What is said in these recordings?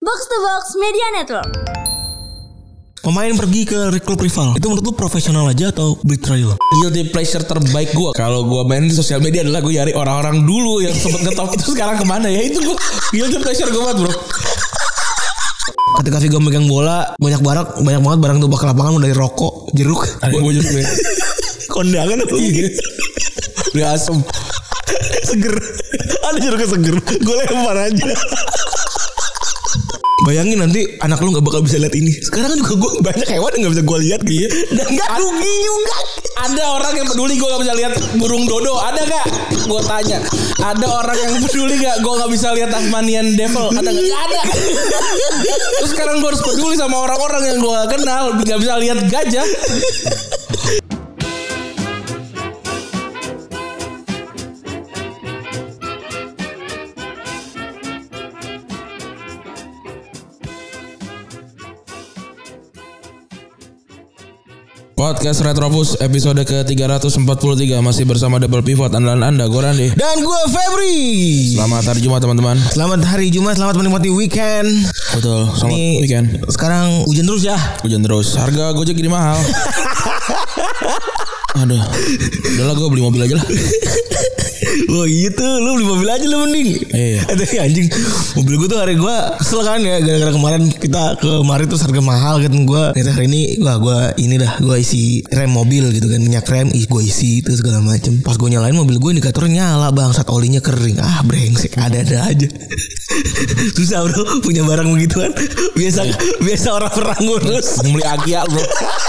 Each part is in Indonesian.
Box to Box Media Network. Pemain pergi ke klub rival, itu menurut lu profesional aja atau betrayal? Guilty pleasure terbaik gue kalau gue main di sosial media adalah gue nyari orang-orang dulu yang sempet ngetop itu sekarang kemana ya. Itu gue guilty pleasure gue banget bro. Ketika Vigo megang bola, banyak banget barang tuh bakal lapangan, dari rokok, jeruk. Ada gue jeruk ya. Kondangan apa gitu. Udah asem. Seger. Ada jeruknya seger. Gue lempar aja. Bayangin nanti anak lu gak bakal bisa lihat ini. Sekarang juga gue banyak hewan yang gak bisa gue lihat gitu. Dan gak rugi juga. Ada orang yang peduli gue gak bisa lihat burung dodo. Ada gak? Gue tanya. Ada orang yang peduli gak gue gak bisa lihat Tasmanian Devil? Ada gak? Gak ada. Terus sekarang gue harus peduli sama orang-orang yang gue gak kenal, gak bisa lihat gajah. Podcast Retropus episode ke-343 masih bersama Double Pivot andalan Anda, gue Randy. Dan gue Febri. Selamat hari Jumat teman-teman. Selamat hari Jumat, selamat menikmati weekend. Betul, selamat ini weekend. Sekarang hujan terus ya. Hujan terus, harga Gojek jadi mahal. Aduh, udahlah gue beli mobil aja lah. Wah gitu, lu beli mobil aja lu mending. Iya. Tapi anjing, mobil gue tuh hari gue kesel kan ya, gara-gara kemarin kita kemarin terus harga mahal kan. Gue hari ini gue isi rem mobil gitu kan, minyak rem gue isi itu segala macem. Pas gue nyalain mobil gue, indikatornya nyala, bangsat olinya kering. Ah brengsek, ada aja. Susah bro punya barang begituan. Biasa orang pernah ngurus. Beli Agia bro.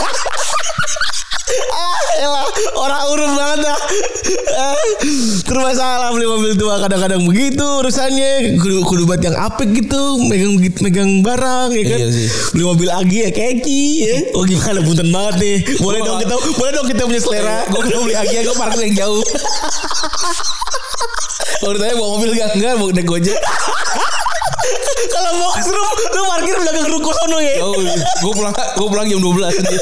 Orang urut banget dah. Termasalah beli mobil tua kadang-kadang begitu urusannya. Kudu buat yang apik gitu, megang barang ya kan. Iya sih. Beli mobil Agi ya keki ya. Oh gimana, punten banget nih. Boleh dong kita punya selera. Gue beli Agia, gue parkir yang jauh. Kalau ditanya bawa mobil enggak mau naik Gojek. Kalau mau seru lu parkir belakang ruko sono ya. Gue pulang jam 12 aja.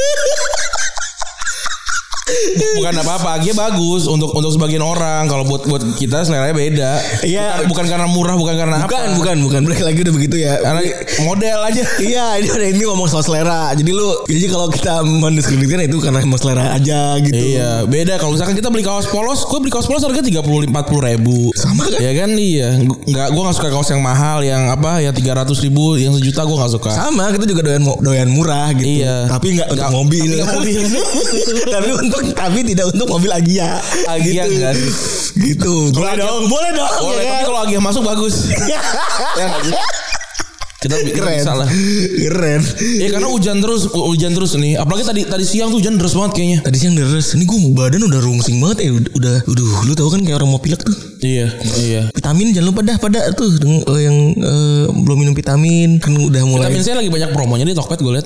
Bukan apa-apa, Agia bagus untuk sebagian orang. Kalau buat kita seleranya beda. Iya. Bukan karena murah, bukan karena apa. Bukan. Balik lagi udah begitu ya. Karena model aja. Iya, ini ngomong soal selera. Jadi kalau kita mendiskreditkan itu karena emang selera aja gitu. Iya, beda. Kalau misalkan kita beli kaos polos, gue beli kaos polos harga 30-40 ribu. Sama kan? Ya kan, iya. Gue gak suka kaos yang mahal, yang 300 ribu, yang sejuta gue gak suka. Sama, kita juga doyan murah gitu. Iya. Tapi gak untuk mobil. Tapi tidak untuk mobil Agia. Agia gitu. Kan? Gitu. Boleh dong. Boleh, ya. Tapi kalau Agia masuk bagus. Ya gak sih? Kita keren. Salah. Keren. Ya karena hujan terus nih. Apalagi tadi siang tuh hujan deras banget kayaknya. Tadi siang deras. Ini gue badan udah rungsing banget ya. Udah lu tahu kan kayak orang mau pilek tuh. Iya. Vitamin jangan lupa pada tuh yang belum minum vitamin kan udah mulai. Vitamin saya lagi banyak promonya di Tokped gue liat.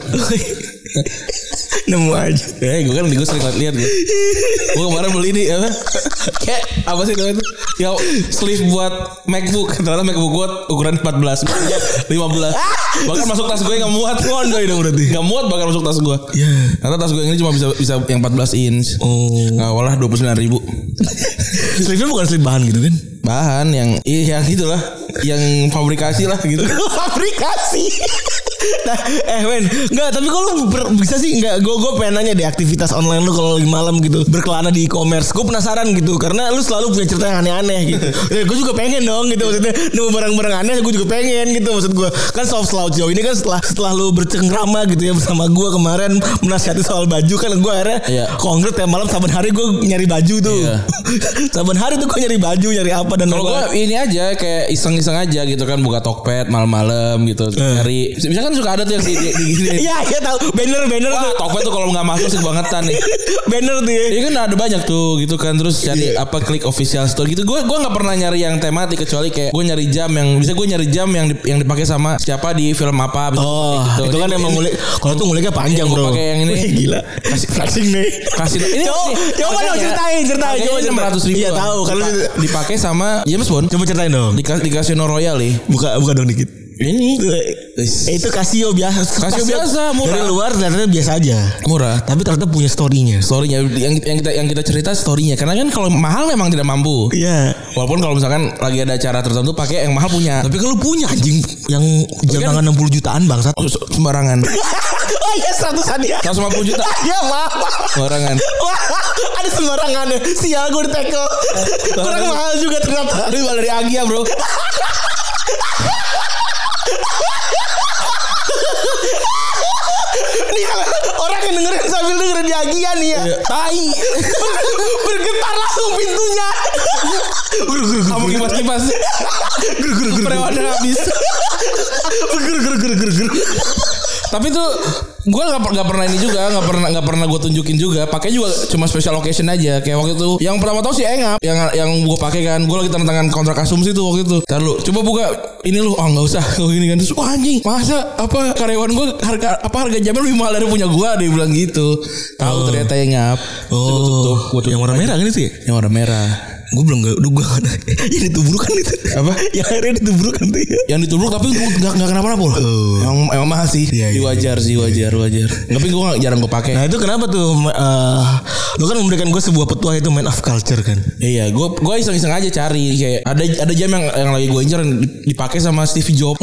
Nemu aja. Gue kan gue sering lihat gue. Gue kemarin beli ini kayak apa sih namanya itu? Ya sleeve buat MacBook. Ternyata MacBook gue ukuran 14, 15. Bahkan masuk tas gue nggak muat. Ngondo itu berarti. Nggak muat bahkan masuk tas gue. Iya. Karena tas gue yang ini cuma bisa yang 14 inch. Oh. Awalnya 29 ribu. Sleeve-nya bukan sleeve bahan gitu kan? Bahan yang gitulah, yang fabrikasi lah gitu. Fabrikasi. Nah, men, enggak, tapi kalau bisa sih enggak, gue pengen nanya deh aktivitas online lu kalau lagi malam gitu berkelana di e-commerce. Gue penasaran gitu karena lu selalu punya cerita yang aneh-aneh gitu. Ya gue juga pengen dong gitu, maksudnya nemu barang-barang aneh gue juga pengen gitu. Maksud gue kan soft selaut jauh ini kan setelah lu bercengkrama gitu ya bersama gue kemarin menasihati soal baju kan, gue akhirnya konkret ya malam saban hari gue nyari baju tuh. Saban hari tuh gue nyari baju, nyari apa dan kalau gue ini aja kayak iseng-iseng aja gitu kan, buka Tokped malam-malam gitu nyari. Misalkan suka ada tuh yang di gini. Iya tahu banner tuh. Tokped tuh kalau nggak masuk sih bangetan nih. Banner tuh. Iya kan ada banyak tuh gitu kan, terus cari klik official store gitu. Gue nggak pernah nyari yang tematik kecuali kayak gue nyari jam yang yang dipakai sama siapa di film apa. Gitu. Itu kan emang ngulik. Kalau tuh nguliknya panjang bro. Pakai yang ini. Gila. Kasih nih. Ini coba dong ceritain. Coba 600 ribu. Iya tahu. Kalau dipakai sama James Bond. Coba ceritain dong. Di Casino Royale nih. Buka dong dikit. Ini itu Casio biasa. Casio biasa, murah. Dari luar ternyata biasa aja. Murah. Tapi ternyata punya story-nya. Story-nya yang kita cerita story-nya. Karena kan kalau mahal memang tidak mampu. Iya. Walaupun kalau misalkan lagi ada acara tertentu pakai yang mahal punya. Tapi kalau punya anjing yang jam tangan 60 jutaan bangsat. Sembarangan. Oh iya 100-an ya. 150 juta. Ya maaf. Sembarangan. Wah, ada sembarangannya. Sial gue di-tackle. Kurang mahal juga ternyata. Ini dari Agia, Bro. Nih orang yang dengerin sambil dengerin di Agia nih ya. Tai. Bergetar langsung pintunya. Kamu kipas-kipas. Perewannya habis. Tapi tuh gue nggak pernah ini juga, nggak pernah gue tunjukin juga. Pakai juga cuma special occasion aja. Kayak waktu itu yang pertama tahu si Engap yang gue pakai kan. Gue lagi tanda tangan kontrak asumsi tuh waktu itu. Ntar lu coba buka ini lu. Oh nggak usah gini kan. Terus anjing masa apa karyawan gue harga jamnya lebih mahal dari punya gue. Dia bilang gitu. Tahu ternyata Engap. Oh yang warna merah kan itu ya? Yang warna merah. Gue belum yang ditubruk kan itu. Apa? Yang akhirnya ditubruk kan tuh ya. Yang ditubruk tapi nggak kenapa-napa loh. Emang mahal sih. Wajar. Tapi gue jarang gue pakai. Nah itu kenapa tuh? Lu kan memberikan gue sebuah petua itu man of culture kan. Iya, gue iseng-iseng aja cari kayak ada jam yang lagi gue incer dipakai sama Steve Jobs.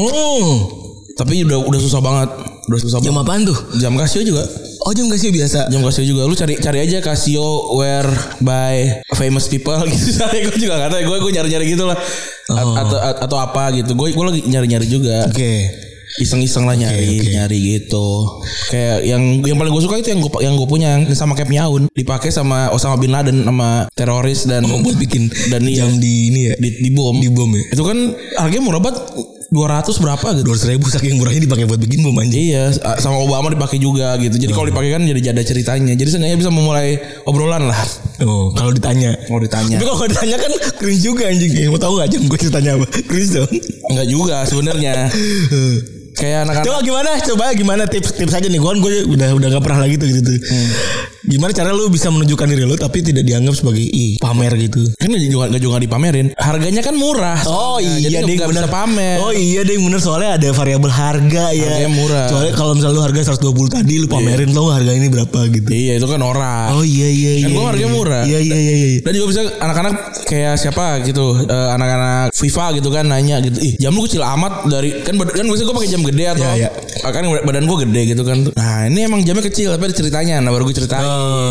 Tapi udah susah banget. Jam apaan tuh? Jam Casio juga. Oh jam Casio biasa. Jam Casio juga. Lu cari aja Casio wear by famous people gitu. Saya gue juga nggak tahu. Gue nyari gitu lah. Atau apa gitu. Gue lagi nyari juga. Oke. Iseng-iseng lah nyari gitu. Kayak yang paling gue suka itu yang gue punya yang sama kayak Aun dipakai sama Osama bin Laden sama teroris dan buat bikin dan jam di ini ya di bom ya. Itu kan harganya murah banget. 200 berapa gitu. 200.000 saking murahnya dipakai buat bikin bom anjing. Iya, sama Obama dipakai juga gitu. Jadi kalau dipakai kan jadi ada ceritanya. Jadi seenggaknya bisa memulai obrolan lah. Oh, kalau ditanya. Tapi kalau ditanya kan cringe juga anjing. Mau tahu enggak jam gue ceritanya apa? Cringe dong. Enggak juga sebenarnya. Kayak anak-anak. Coba gimana tips aja nih. Gue udah enggak pernah lagi tuh gitu. Gimana cara lu bisa menunjukkan diri lu tapi tidak dianggap sebagai pamer gitu? Kan juga dipamerin. Harganya kan murah. Oh iya deh bener pamer. Oh iya deh bener soalnya ada variabel harga ya. Harganya murah. Soalnya kalau misalnya lu harga 120 tadi lu pamerin lo harga ini berapa gitu. Iya itu kan orang. Oh iya. Kan gua harganya murah. Iya. Dan juga bisa anak-anak kayak siapa gitu, anak-anak FIFA gitu kan nanya gitu. Jam lu kecil amat dari kan biasanya gua pakai jam gede atau kan badan gua gede gitu kan. Nah, ini emang jamnya kecil tapi ada ceritanya. Nah, baru gua ceritain.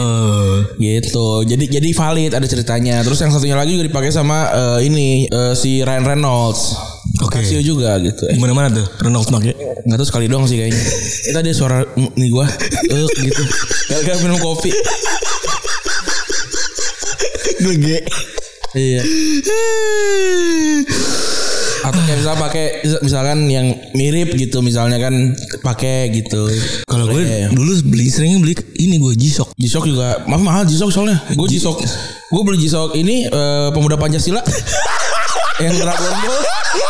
Gitu. Jadi valid ada ceritanya. Terus yang satunya lagi juga dipakai sama si Ryan Reynolds. Oke. Casio juga gitu. Gimana tuh Reynolds pakai? Enggak tahu sekali doang sih kayaknya. Itu ada suara nih gua gitu. Gara-gara minum kopi. Glege. Iya. Atau kayak misalkan yang mirip gitu misalnya kan pakai gitu. Kalau gue dulu sering beli ini gue G-Shock. G-Shock juga mahal G-Shock soalnya. Gue G-Shock. Gue beli G-Shock ini pemuda Pancasila yang Dragon Ball.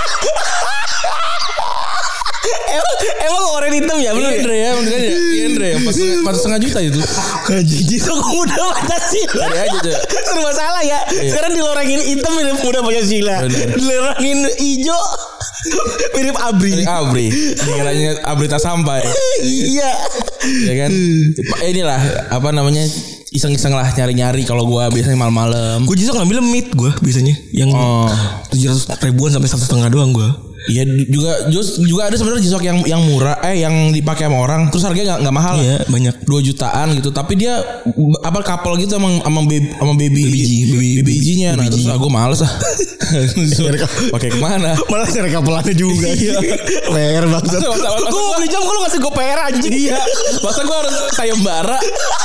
Emang orang hitam ya bener Indra ya bener ya Indra yang 4,5 juta itu. G-Shock muda Pancasila. Ada aja tuh. Serba salah ya. Sekarang dilorengin hitam mirip muda Pancasila. Dilorengin hijau mirip Abri. Dikiranya Abri tak sampai. Iya. Ya kan. Inilah apa namanya iseng-iseng lah nyari-nyari kalau gue biasanya malam-malam. Gue G-Shock ngambil mid gue biasanya yang 700 ribuan sampai 1,5 doang gue. Iya juga ada sebenarnya G-Shock yang murah yang dipakai sama orang terus harganya nggak mahal. Iya, banyak 2 jutaan gitu tapi dia apa couple gitu sama baby ijinya. Nah terus gue males lah. Pakai kemana? Malah cari kapelannya juga. Iya. PR banget. Gue beli jam kalau ngasih gue PR anjing. Iya. Masa gue harus sayembara.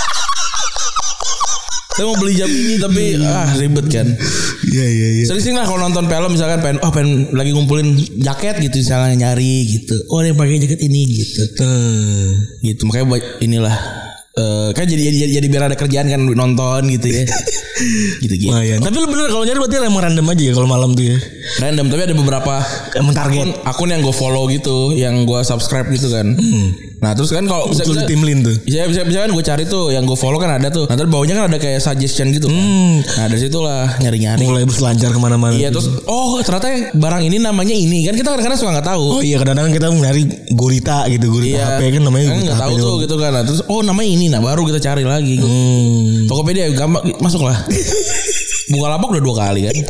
Saya mau beli jam ini tapi ribet kan. Iya. Sering-sering lah kalau nonton film misalkan pengen lagi ngumpulin jaket gitu misalnya nyari gitu. Oh dia pakai jaket ini gitu. Gitu makanya inilah kan jadi biar ada kerjaan kan nonton gitu ya. gitu. Tapi lu bener kalau nyari berarti emang random aja ya kalau malam tuh ya. Random tapi ada beberapa emang target akun yang gue follow gitu, yang gue subscribe gitu kan. Nah terus kan kalau bisa tim Lin tuh. Bisa kan gue cari tuh yang gue follow kan ada tuh. Nanti bawahnya kan ada kayak suggestion gitu. Nah dari situlah nyari-nyari. Mulai berselancar kemana-mana. Iya terus ternyata barang ini namanya ini kan kita kadang-kadang suka nggak tahu. Oh iya kadang-kadang kita nyari gurita gitu, gurita HP kan namanya kan nggak tahu tuh gitu kan. Nah, terus namanya ini, nah baru kita cari lagi. Tokopedia gampang masuk lah. Bukalapak udah 2 kali kan.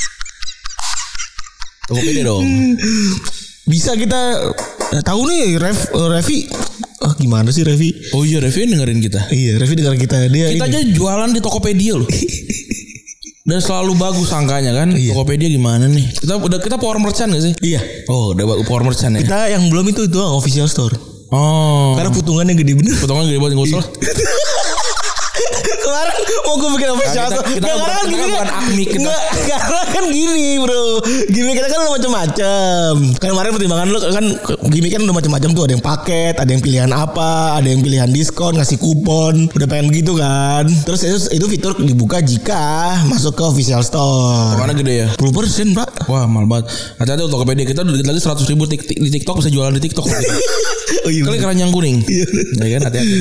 Tokopedia dong. Bisa kita tahu nih Revi. Gimana sih Revi? Oh iya Revi dengerin kita. Iya Revi dengerin kita. Kita aja jualan di Tokopedia loh. Dan selalu bagus angkanya kan. Iya. Tokopedia gimana nih? Kita power merchant gak sih? Iya. Oh udah power merchant ya. Kita yang belum itu doang official store. Oh. Karena putungannya gede bener. Putungan gede banget gak usah. Kemarin mau gue bikin official store. Karena kan gini bukan akmi kita. Karena kan gini bro. Gimik kita kan udah macam-macam. Kan kemarin pertimbangan lu kan gimik kan udah macam-macam tuh. Ada yang paket, ada yang pilihan apa, ada yang pilihan diskon, ngasih kupon. Udah pengen begitu kan. Terus itu fitur dibuka jika masuk ke official store. Mana gede ya? 10% Pak. Wah mahal banget. Hati-hati Tokopedia kita udah dikit lagi 100.000 di TikTok bisa jualan di TikTok. Oh iya. Kali keranjang kuning. Iya. Ya kan hati-hati.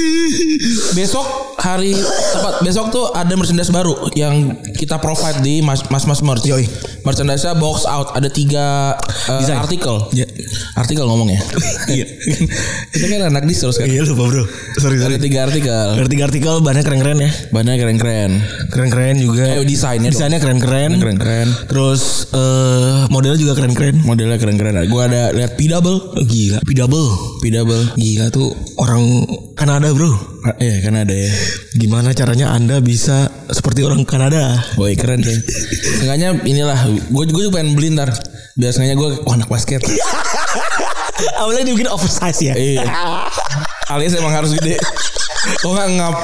Besok tuh ada merchandise baru yang kita provide di Mas Merch. Yoi. Merchandise-nya box out ada 3 artikel. Ya. Artikel ngomongnya. Iya. Kita kan anak distros kan. Iya lupa bro. Sorry. Ada 3 artikel. Ada 3 artikel bahannya keren-keren ya. Bahannya keren-keren. Keren-keren juga. Desainnya keren-keren. Keren-keren. Terus modelnya juga keren-keren. Modelnya keren-keren. Gua ada lihat P-Double. Gila. P-Double. Gila tuh orang Kanada bro. Iya Kanada ya. Gimana caranya Anda bisa seperti orang Kanada? Woi keren deh. Sengaja inilah. Gue juga pengen beli ntar. Biasanya gue anak basket. Awalnya dibikin oversize ya. Iya. Alias emang harus gede. Kok nggak ngap.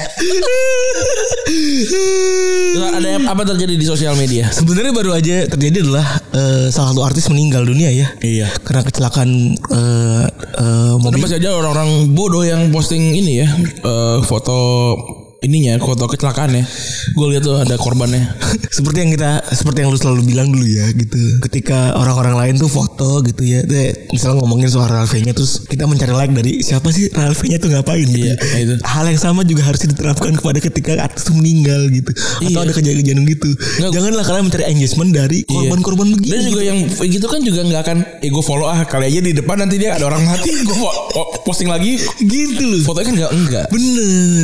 Ada apa terjadi di sosial media? Sebenarnya baru aja terjadi adalah salah satu artis meninggal dunia ya. Iya. Karena kecelakaan mobil. Masih aja orang-orang bodoh yang posting ini ya, foto kecelakaannya. Gue lihat tuh ada korbannya. seperti yang lu selalu bilang dulu ya gitu. Ketika orang-orang lain tuh foto gitu ya, misalnya ngomongin soal Ralfe-nya terus kita mencari like dari siapa sih Ralfe-nya tuh ngapain gitu. Iya, itu. Hal yang sama juga harus diterapkan kepada ketika artis tuh meninggal gitu. Atau ada kejadian gitu. Janganlah kalian mencari engagement dari korban-korban begini. Dan juga yang gitu kan juga nggak akan gue follow kali aja di depan nanti dia ada orang mati gue posting lagi gitu loh. Fotonya kan enggak. Bener.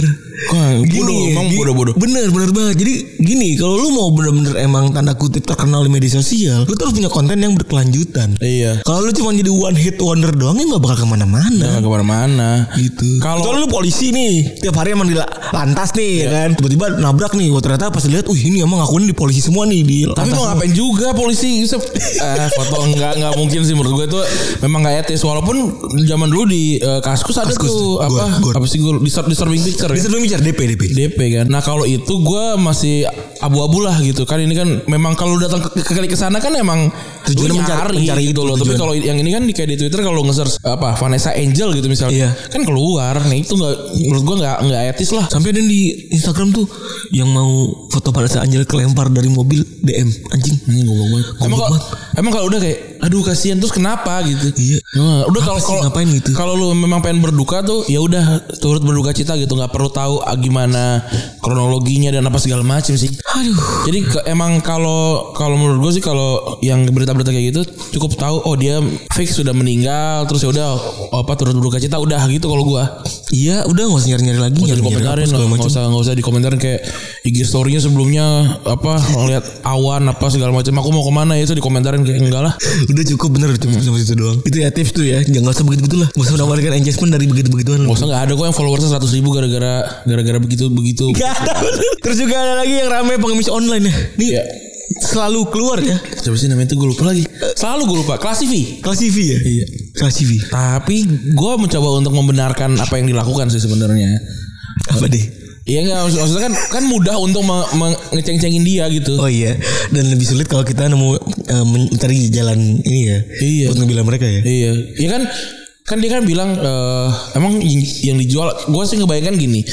Bodoh. Bener banget. Jadi gini, kalau lu mau bener-bener emang tanda kutip terkenal di media sosial, lu terus punya konten yang berkelanjutan. Iya. Kalau lu cuma jadi one hit wonder doang, ya nggak bakal kemana-mana. Gitu. Kalau lu polisi nih, tiap hari emang di lantas nih, ya kan. Tiba-tiba nabrak nih, ternyata pas lihat, ini emang ngakuin di polisi semua nih di lantas. Tapi mau ngapain juga polisi? Foto nggak mungkin sih menurut gue itu memang nggak etis. Walaupun zaman dulu di Kaskus ada tuh apa sih gue disturbing picture. DP kan. Nah kalau itu gue masih abu-abu lah gitu kan. Ini kan memang kalau datang ke sana kan emang tujuannya mencari gitu loh. Tapi kalau yang ini kan kayak di Twitter kalau nge-search Vanessa Angel gitu misalnya, kan keluar. Nah itu menurut gue nggak etis lah. Sampai ada di Instagram tuh yang mau foto Vanessa Angel kelempar dari mobil DM anjing. Ngomong banget. Emang kalau udah kayak aduh kasihan terus kenapa gitu. Iya. Nah, udah ngapain gitu. Kalau lu memang pengen berduka tuh ya udah turut berduka cita gitu, nggak perlu tahu gimana kronologinya dan apa segala macam sih. Aduh. Jadi emang kalau menurut gue sih kalau yang berita-berita kayak gitu cukup tahu dia fix sudah meninggal terus ya udah turut berduka cita udah gitu kalau gue. Iya, udah enggak usah nyari-nyari lagi. Enggak usah dikomentarin kayak IG story-nya sebelumnya ngeliat awan apa segala macam. Aku mau kemana ya itu dikomentarin kayak enggak lah. Udah cukup sama itu doang. Itu ya tips tuh ya. Jangan usah begitu-begitulah. Enggak usah menawarkan engagement dari begitu-begituan. Enggak usah, enggak ada kok yang followersnya 100.000 gara-gara begitu. Enggak ada. Terus juga ada lagi yang rame pengemis online ya. Nih selalu keluar ya. Siapa sih namanya itu gue lupa lagi. Selalu gue lupa. Klasivi ya. Iya. Klasivi. Tapi gue mencoba untuk membenarkan apa yang dilakukan sih sebenarnya. Apa deh? Iya enggak, maksudnya kan mudah untuk ngeceng-cengin dia gitu. Oh iya. Dan lebih sulit kalau kita mencari jalan ini ya. Iya. Buat ngebilang mereka ya. Iya. Ya kan dia kan bilang emang yang dijual, gue sih ngebayangkan gini.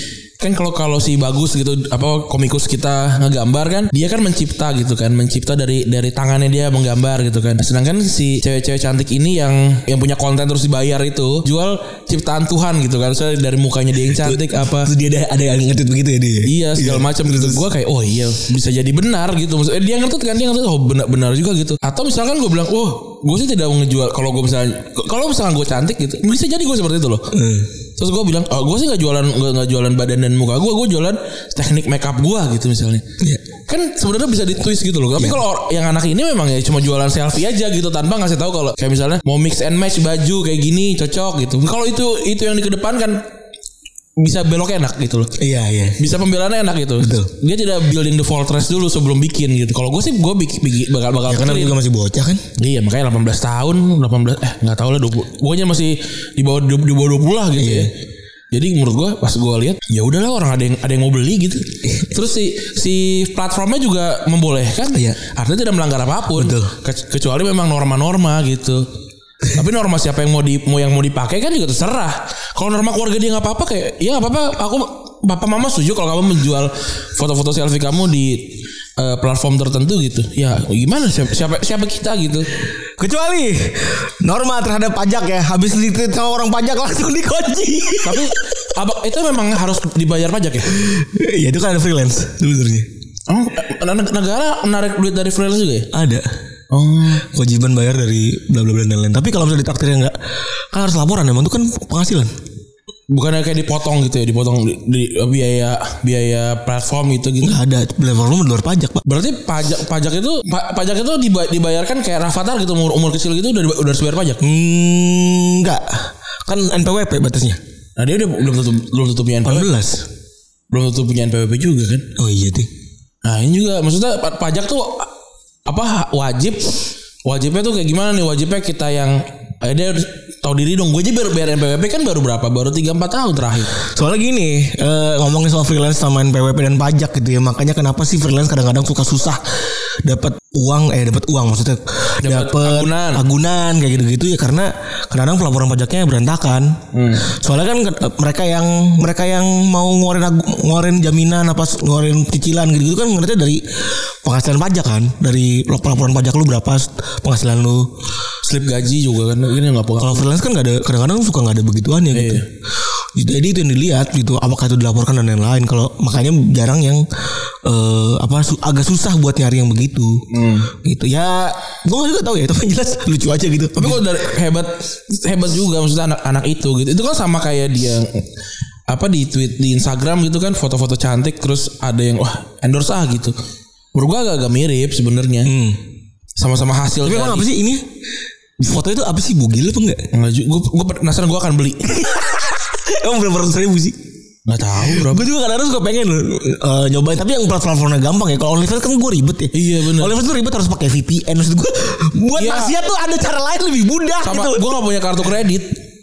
kan kalau si bagus gitu apa komikus kita ngegambar kan dia kan mencipta gitu kan, mencipta dari tangannya dia menggambar gitu kan. Sedangkan si cewek-cewek cantik ini yang punya konten terus dibayar itu jual ciptaan Tuhan gitu kan. Soalnya dari mukanya dia yang cantik apa. Terus dia ada yang ngetweet begitu ya dia. Iya segala macam gitu. Gue kayak oh iya bisa jadi benar gitu. Maksudnya dia ngetweet kan, dia ngetweet oh benar juga gitu. Atau misalkan gue bilang gue sih tidak mau ngejual kalau misalnya gue cantik gitu. Bisa jadi gue seperti itu loh. Terus gue bilang, gue sih nggak jualan badan dan muka gue jualan teknik makeup gue gitu misalnya. Yeah. Kan sebenarnya bisa ditwist gitu loh. Tapi kalau yang anak ini memang ya cuma jualan selfie aja gitu tanpa ngasih tahu kalau kayak misalnya mau mix and match baju kayak gini cocok gitu. Kalau itu yang dikedepankan bisa belok enak gitu loh. Iya. Bisa pembelaannya enak gitu. Betul. Dia tidak building the fortress dulu sebelum bikin gitu. Kalau gue sih gue bakal ya karena juga masih bocah kan. Iya makanya 18 tahun nggak tahu lah 20. Pokoknya masih di bawah 20 lah gitu ya. Jadi menurut gue pas gue lihat ya udahlah orang ada yang mau beli gitu. Terus si platformnya juga membolehkan. Iya. Artinya tidak melanggar apapun. Betul. Kecuali memang norma-norma gitu. Tapi norma siapa yang mau dipakai kan juga terserah. Kalau norma keluarga dia nggak apa-apa kayak ya nggak apa-apa. Aku papa mama setuju kalau kamu menjual foto-foto selfie kamu di platform tertentu gitu. Ya gimana siapa kita gitu. Kecuali norma terhadap pajak ya. Habis ditreat sama orang pajak langsung dikunci. Tapi itu memang harus dibayar pajak ya? Iya itu kan ada freelance sebenarnya. Oh negara menarik duit dari freelance juga ya? Ada. Kewajiban bayar dari bla bla bla dan lain. Tapi kalau misalnya ditraktirnya enggak kan harus laporan emang itu kan penghasilan. Bukannya kayak dipotong gitu ya, dipotong di biaya platform itu gitu. Enggak ada, platform luar pajak, Pak. Berarti pajak itu dibayarkan kayak Rafathar gitu umur kecil gitu udah bayar pajak. Enggak. Kan NPWP batasnya. Nah, dia udah belum tutup punya NPWP. 18. Belum tutup punya NPWP juga kan? Oh iya tuh. Nah, ini juga maksudnya pajak tuh apa wajibnya tuh kayak gimana nih? Wajibnya kita yang dia harus tahu diri dong. Gue aja bayar NPWP kan baru berapa? Baru 3-4 tahun terakhir. Soalnya gini, ngomongin soal freelance sama NPWP dan pajak gitu ya. Makanya kenapa sih freelance kadang-kadang suka susah dapat uang maksudnya dapat agunan kayak gitu-gitu ya karena kadang-kadang pelaporan pajaknya berantakan. Soalnya kan mereka yang mau ngeluarin jaminan apa ngeluarin cicilan gitu kan ngeliatnya dari penghasilan pajak kan, dari laporan pajak lu berapa penghasilan lu. Slip gaji juga kan ini nggak apa-apa. Kalau freelance kan nggak ada, kadang-kadang suka nggak ada begituan ya gitu. Jadi itu yang dilihat gitu, apakah itu dilaporkan dan lain-lain. Kalau makanya jarang yang agak susah buat nyari yang begitu. Gitu ya, gue juga tahu ya, tapi jelas lucu aja gitu. Tapi kalau dari hebat juga maksudnya anak itu gitu. Itu kan sama kayak dia di tweet di Instagram gitu kan, foto-foto cantik terus ada yang endorse gitu. Menurut gue agak mirip sebenarnya. Sama-sama hasil. Tapi emang apa sih ini? Foto itu apa sih, bugil apa enggak? Gue penasaran, gue akan beli. Emang berapa ratus ribu sih? Gak tahu berapa. Gue juga kadang-kadang suka pengen nyobain. Tapi yang platformnya gampang ya. Kalau OnlyFans kan gue ribet ya. Iya benar. OnlyFans tuh ribet, harus pakai VPN. Maksud gue buat maksiat tuh ada cara lain lebih mudah. Sama gitu. Gue gak punya kartu kredit.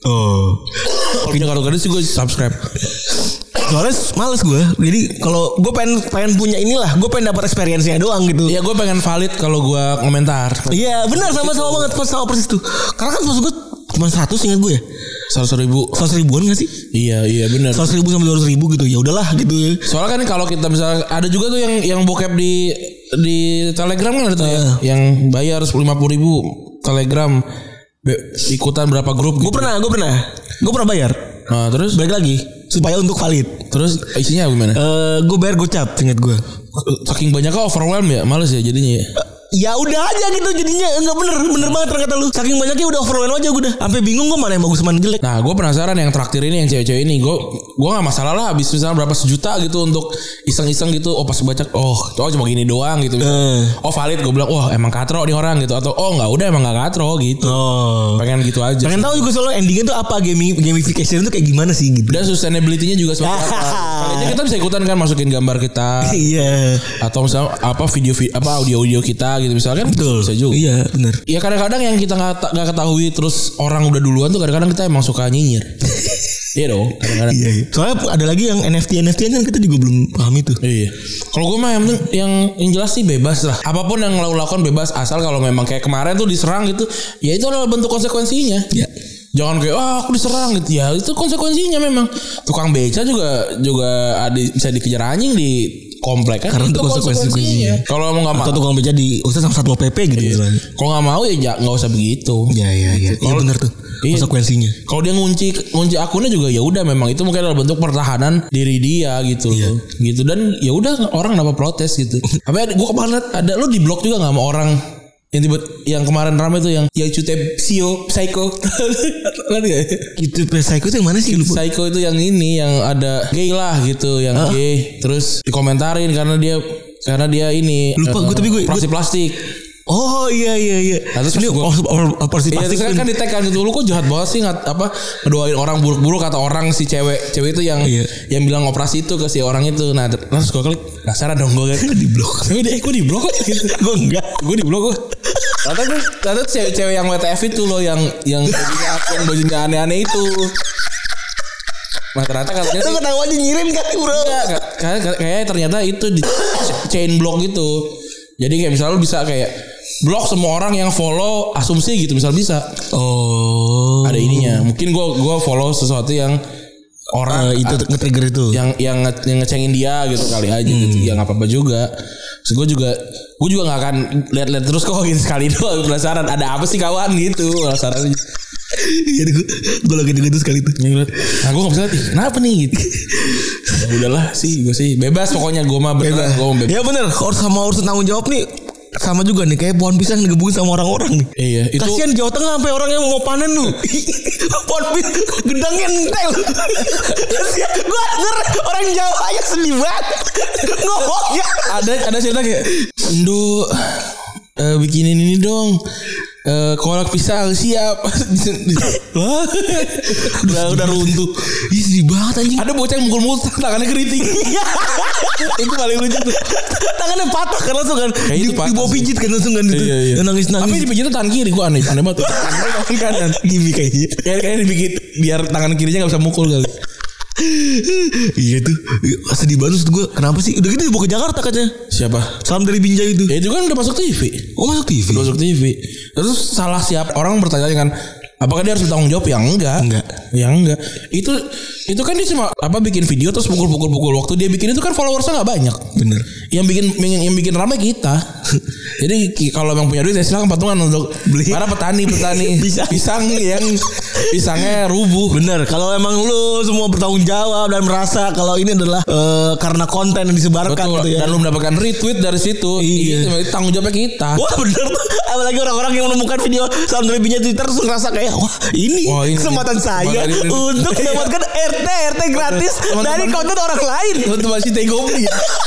Kalau punya kartu kredit sih gue subscribe. Soalnya males gue. Jadi kalau gue pengen punya inilah, gue pengen dapat experience-nya doang gitu. Iya, gue pengen valid kalau gue komentar. Iya benar, sama banget, sama persis tuh. Karena kan maksud gue cuma 100 ingat gue ya. 100 ribuan gak sih? Iya benar. 100 ribu sampai 200 ribu gitu. Ya udahlah gitu ya. Soalnya kan kalau kita misalnya ada juga tuh yang bokep di Telegram kan ada tuh ya, yang bayar 50.000 Telegram ikutan berapa grup gitu. Gue pernah bayar. Nah terus balik lagi supaya untuk valid. Terus isinya gimana? Gue bayar gocap, inget gue. Saking banyaknya overwhelm ya, males ya jadinya ya. Ya udah aja gitu jadinya. Enggak bener banget ternyata lu. Saking banyaknya udah overwhelm aja gue dah. Sampai bingung gue mana yang bagus mana yang jelek. Nah gue penasaran yang traktir ini, yang cewek-cewek ini. Gue gak masalah lah habis misalnya berapa sejuta gitu untuk iseng-iseng gitu. Oh pas baca cuma gini doang gitu. Oh valid, gue bilang emang katro nih orang gitu. Atau gak udah emang gak katro gitu. Pengen gitu aja. Pengen tahu juga soalnya endingnya tuh apa, gamification itu kayak gimana sih gitu. Dan sustainability-nya juga seperti apa. Kalian kita bisa ikutan kan, masukin gambar kita. Iya. Atau misalnya audio kita gitu misalkan. Betul. Bisa juga. Iya benar. Ya kadang-kadang yang kita nggak ketahui terus orang udah duluan tuh kadang-kadang kita emang suka nyinyir. Iya dong. Kadang-kadang. Iya. Soalnya ada lagi yang NFT kan kita juga belum paham itu. Iya. Kalau gue mah yang jelas sih bebas lah. Apapun yang lo lakukan bebas asal kalau memang kayak kemarin tuh diserang gitu, ya itu adalah bentuk konsekuensinya. Iya. Jangan kayak aku diserang gitu ya. Itu konsekuensinya memang. Tukang beca juga ada bisa dikejar anjing di komplek kan. Karena itu konsekuensinya. Kalau mau nggak mau atau tukang beca di usah sama Satpol PP gitu. Iya. Kalau nggak mau ya nggak usah begitu. Iya. Iya benar tuh. Iya. Konsekuensinya. Kalau dia ngunci akunnya juga ya udah memang itu mungkin adalah bentuk pertahanan diri dia gitu. Iya. Gitu dan ya udah orang kenapa protes gitu. Apa gue kemarin ada lu di blok juga nggak sama orang yang kemarin ramai tuh yang cute psycho. Lihat gak? Itu psycho itu yang mana sih lupa? Psycho itu yang ini yang ada gay lah gitu, yang gay terus dikomentarin karena dia ini lupa gue tapi gue plastik. Oh iya. Nah, terus plastik. Iya, kan di tag kan gitu lu kok jahat banget sih ngedoain orang buruk-buruk atau orang si cewek itu yang bilang operasi itu ke si orang itu. Nah terus gue klik dasar dong gue kan di blok. Gue di blok gitu. Gue enggak. Gue di blok gue. Ternyata cewek-cewek yang WTF itu loh yang bajunya aneh-aneh itu. Nah ternyata katanya itu ketahuan nyirin kan bro. Kayak ternyata itu di chain block gitu. Jadi kayak misalnya lu bisa kayak blok semua orang yang follow asumsi gitu misal bisa. Oh. Ada ininya. Mungkin gue follow sesuatu yang orang itu nge-trigger itu. Yang ngecengin dia gitu kali aja gitu. Ya enggak apa-apa juga. Gue juga enggak akan lihat-lihat terus kok gitu sekali doang penasaran ada apa sih kawan gitu penasaran. Iya gue lagi gitu sekali tuh. Nah gue gak bisa lihat kenapa nih gitu. Ya udahlah sih gue sih bebas pokoknya gue mah bebas. Ya bener sama urusan tanggung jawab nih sama juga nih kayak pohon pisang digebukin sama orang-orang nih. Iya itu. Kasian Jawa Tengah sampai orang yang mau panen lu. Pohon pisang gedangnya entel. Gue denger orang Jawa aja sedih banget ngomongnya. Ada cerita kayak Indo bikinin ini dong. Kolak pisang siap. udah runtuh. Ih sedih banget anjing. Ada bocah yang mukul-mukul tangannya keriting. Itu paling lucu tuh. Tangannya patah kan langsung kan. Dibawa pijit kan langsung kan gitu. Iya. Nangis. Tapi dipijitnya tangan kiri. Gue aneh banget. Tangan kanan. Gimik kayaknya. Kayaknya dibikin biar tangan kirinya gak bisa mukul kali. Iya tuh sedih banget gue. Kenapa sih udah gitu dibawa ke Jakarta katanya. Siapa? Salam dari Binjai itu. Ya itu kan udah masuk TV. Oh masuk TV. Terus salah siapa? Orang bertanya kan apakah dia harus bertanggung jawab? Ya enggak. Itu kan dia cuma bikin video terus pukul. Waktu dia bikin itu kan followersnya nggak banyak. Bener. Yang bikin ramai kita. Jadi kalau emang punya duit ya silakan patungan untuk beli para petani pisang yang pisangnya rubuh. Bener. Kalau emang lu semua bertanggung jawab dan merasa kalau ini adalah karena konten yang disebarkan. Betul. Gitu ya. Dan lu mendapatkan retweet dari situ. Iya. Tanggung jawabnya kita. Wah bener. Apalagi orang-orang yang menemukan video Salam dari Binjai Twitter terus ngerasa kayak ini kesempatan saya untuk mendapatkan RT gratis dari konten orang lain. Itu masih tegopi.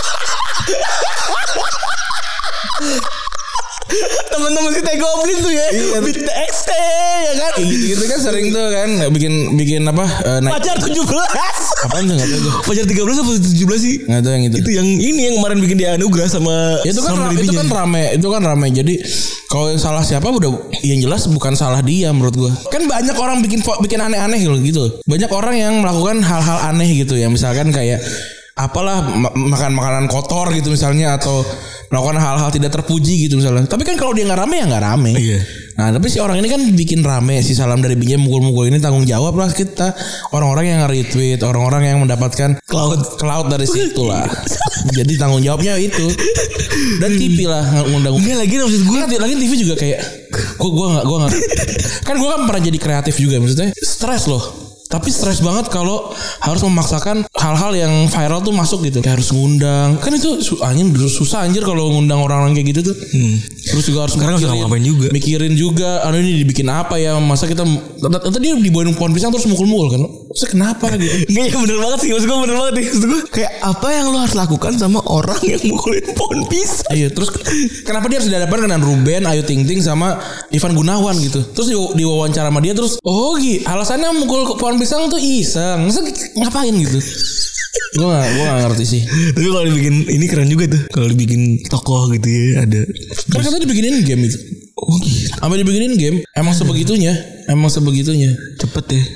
Teman-teman si Teh Goblin tuh ya, Beat the XT ya kan. Gitu kan sering tuh kan bikin apa naik Pacar 17. Apaan tuh enggak tahu gue. Pacar 13 apa 17 sih? Enggak tahu yang itu. Itu yang ini yang kemarin bikin dia anugerah sama itu kan rame. Jadi kalau yang salah siapa udah yang jelas bukan salah dia menurut gue. Kan banyak orang bikin aneh-aneh gitu. Banyak orang yang melakukan hal-hal aneh gitu ya. Misalkan kayak apalah makan makanan kotor gitu misalnya atau melakukan hal-hal tidak terpuji gitu misalnya. Tapi kan kalau dia nggak rame ya nggak rame. Iya. Nah tapi si orang ini kan bikin rame si Salam dari Binjai mukul-mukul ini tanggung jawab lah kita orang-orang yang nge-retweet, orang-orang yang mendapatkan cloud dari situ lah. Jadi tanggung jawabnya itu. Dan TV lah ngundang. Enggak lagi maksud gue. Lagi TV juga kayak gue nggak kan gue kan pernah jadi kreatif juga maksudnya stres loh. Tapi stres banget kalau harus memaksakan hal-hal yang viral tuh masuk gitu. Kayak harus ngundang. Kan itu susah anjir kalau ngundang orang-orang kayak gitu tuh. Terus juga harus mikirin juga. Ini dibikin apa ya? Masa kita tadi dibawain pohon pisang terus mukul-mukul kan? Terus kenapa gitu? Enggak ya bener banget sih. Maksud gue bener banget nih. Maksud gue kayak apa yang lo harus lakukan sama orang yang mukulin pohon pisang? Iya. Terus kenapa dia harus dihadapkan dengan Ruben, Ayu Ting Ting sama Ivan Gunawan gitu? Terus diwawancara sama dia terus alasannya mukul pohon pisang tuh iseng. Masa ngapain gitu? Gue gak ngerti sih. Tapi kalau dibikin ini keren juga tuh. Kalau dibikin tokoh gitu ya ada. Kan katanya dibikinin game itu. Oh gitu. Sampai dibikinin game. Emang sebegitunya. Cepet ya.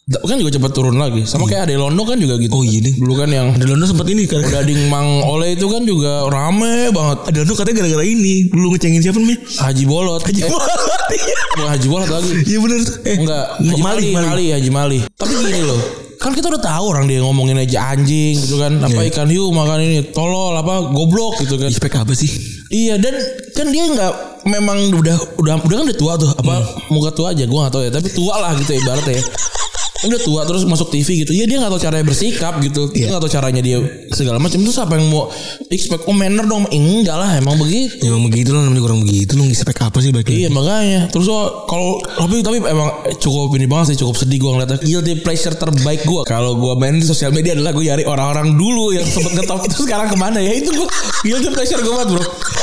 kan juga cepat turun lagi. Sama kayak Ade Londo kan juga gitu. Oh iya deh. Dulu kan yang Ade Londo sempat ini kan. Gading Mang Ole itu kan juga rame banget. Ade Londo katanya gara-gara ini dulu ngecengin siapa namanya? Haji Bolot. Bukan Haji Bolot lagi. Iya benar. Enggak, Haji Mali. Tapi gini loh. Kan kita udah tahu orang dia ngomongin aja anjing gitu kan. Apa ikan hiu makan ini tolol apa goblok gitu kan. Spek apa sih? Iya, dan kan dia enggak memang udah kan udah tua tuh. Apa muka tua aja gua enggak tahu ya, tapi tua lah gitu ibaratnya ya. Udah tua terus masuk TV gitu. Ya dia gak tahu caranya bersikap gitu. Dia gak tahu caranya dia segala macam. Terus apa yang mau expect? Manner dong. Enggak lah, emang begitu. Ya emang begitu lah, namanya orang begitu. Lu expect apa sih baiknya? Iya makanya. Terus kalau tapi emang cukup ini banget sih, cukup sedih gue ngeliatnya. Guilty pleasure terbaik gue kalau gue main di sosial media adalah gue nyari orang-orang dulu yang sempet ngetop itu sekarang kemana ya. Itu gue guilty pleasure gue banget bro.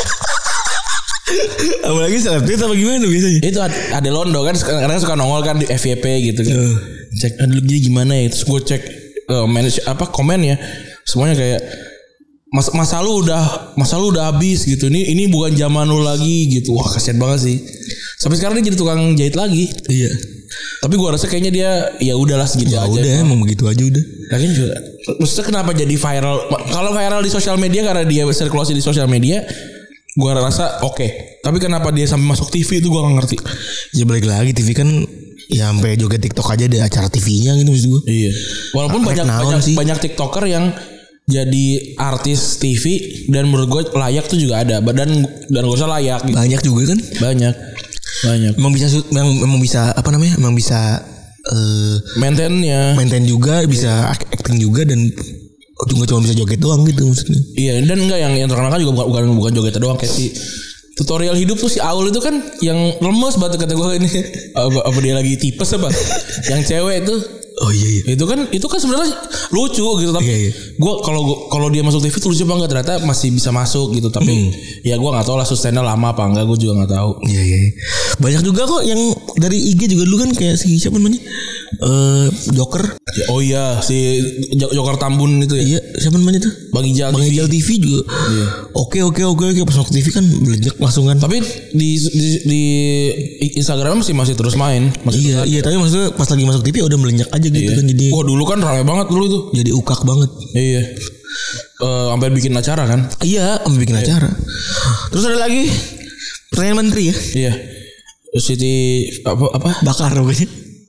Apalagi selebgram apa gimana biasanya? Itu Ade Londo kan kadang suka nongol kan di FYP gitu kan. Cek dulu jadi gimana ya. Terus gue cek komennya semuanya kayak masa lu udah habis gitu. Ini bukan zaman lu lagi gitu. Wah kasihan banget sih. Sampai sekarang dia jadi tukang jahit lagi. Iya. Tapi gue rasa kayaknya dia ya udahlah segitu aja. Udah emang begitu aja udah. Lagian juga maksudnya kenapa jadi viral? Kalau viral di sosial media karena dia sirkulasi di sosial media, gue rasa oke. Tapi kenapa dia sampai masuk TV itu gue gak ngerti. Ya balik lagi TV kan ya sampai juga TikTok aja ada acara TV-nya gitu maksud gue. Iya. Walaupun banyak TikToker yang jadi artis TV dan menurut gue layak tuh juga ada. Dan gak usah layak gitu. Banyak juga kan? Banyak. Memang bisa apa namanya? Memang bisa maintain juga, bisa acting juga dan cuma bisa joget doang gitu maksudnya. Iya, dan enggak yang terkenal kan juga bukan joget doang kayak si tutorial hidup tuh si Aul itu kan yang lemes banget kata gue ini apa dia lagi tipes apa yang cewek itu. Oh iya. Itu kan sebenarnya lucu gitu tapi gue kalau dia masuk TV tuh lucu apa enggak, ternyata masih bisa masuk gitu tapi ya gue nggak tahu lah sustainnya lama apa enggak, gue juga nggak tahu. Iya. Banyak juga kok yang dari IG juga dulu kan kayak si siapa namanya Joker. Oh iya si Joker Tambun itu ya. Iya siapa namanya tuh? Bang Ijal TV juga. Iya. Oke pas masuk TV kan melejek langsung kan. Tapi di Instagram masih terus main. Iya tapi maksudnya pas lagi masuk TV udah melejek aja gitu kan jadi. Wah dulu kan ramai banget dulu tuh. Jadi ukak banget. Iya. Sampai bikin acara kan? Iya, sampai bikin acara. Terus ada lagi pertanyaan menteri ya? Iya. Siti apa? Bakar pokoknya.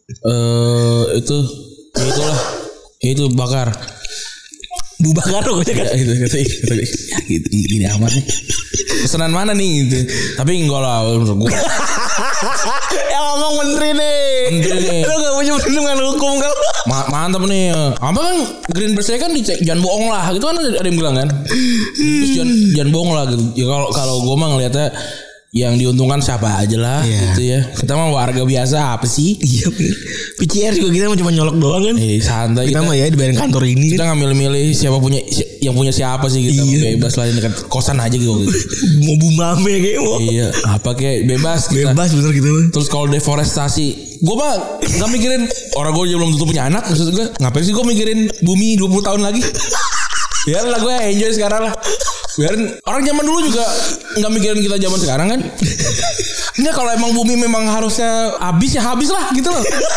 Itu bakar. Bu Bakar pokoknya kan. Gitu. Ya gitu gini amat nih. Pesanan mana nih gitu. Tapi enggak lah menurut gue. Yang ngomong menteri nih. Lu gak punya perlindungan hukum kalau mantap nih. Apa kan Green Bersih kan dicek jangan bohong lah. Gitu kan ada yang bilang kan. Terus jangan bohong lah gitu. Ya kalau gue mah ngeliatnya yang diuntungkan siapa aja lah gitu ya. Kita mah warga biasa apa sih? Iya bener. PCR juga kita cuma nyolok doang kan. Santai kita mah ya dibayarin kantor ini. Kita nggak milih-milih siapa yang punya siapa sih gitu. Bebas lah dekat kosan aja gitu. Mau bumame kayak mau. Iya, apa kayak bebas kita. Bebas bener gitu. Terus kalau deforestasi, gue mah nggak mikirin orang gue belum tentu punya anak. Maksud gue ngapain sih gue mikirin bumi 20 tahun lagi? Biarlah gue enjoy sekarang lah. Biarin orang zaman dulu juga nggak mikirin kita zaman sekarang kan. Enggak, kalau emang bumi memang harusnya habis ya habis lah gitu loh.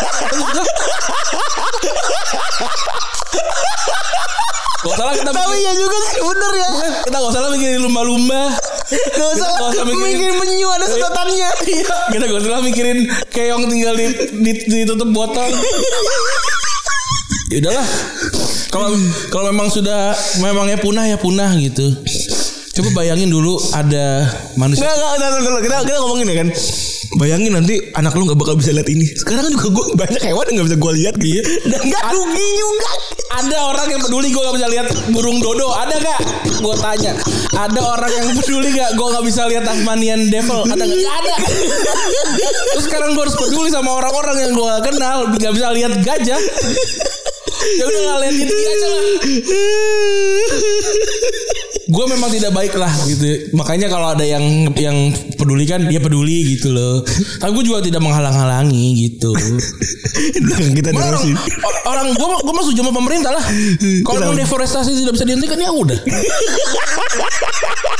Gak usah lah kita tapi ya juga sih bener ya. Kita gak usah lah mikirin lumba-lumba. Gak usah mikirin penyu ada sedotannya. Kita gak usah lah mikirin keong tinggal ditutup botol. Ya udahlah. Kalau memang sudah memangnya punah ya punah gitu. Coba bayangin dulu ada manusia. Enggak, kita ngomongin ya kan. Bayangin nanti anak lu gak bakal bisa lihat ini. Sekarang kan juga gue banyak hewan yang gak bisa gue lihat gitu. Dan gak rugi juga. Ada orang yang peduli gue gak bisa lihat burung dodo. Ada gak? Gue tanya. Ada orang yang peduli gak gue gak bisa lihat Tasmanian Devil? Ada gak? Gak ada. Terus sekarang gue harus peduli sama orang-orang yang gue kenal gak bisa lihat gajah. Ya udah gak lihat gitu aja lah. Gue memang tidak baik lah gitu. Makanya kalau ada yang peduli kan dia peduli gitu loh. Tapi gue juga tidak menghalang-halangi gitu. Kita orang gue masuk sama pemerintah lah. Kalau deforestasi tidak bisa dihentikan ya udah.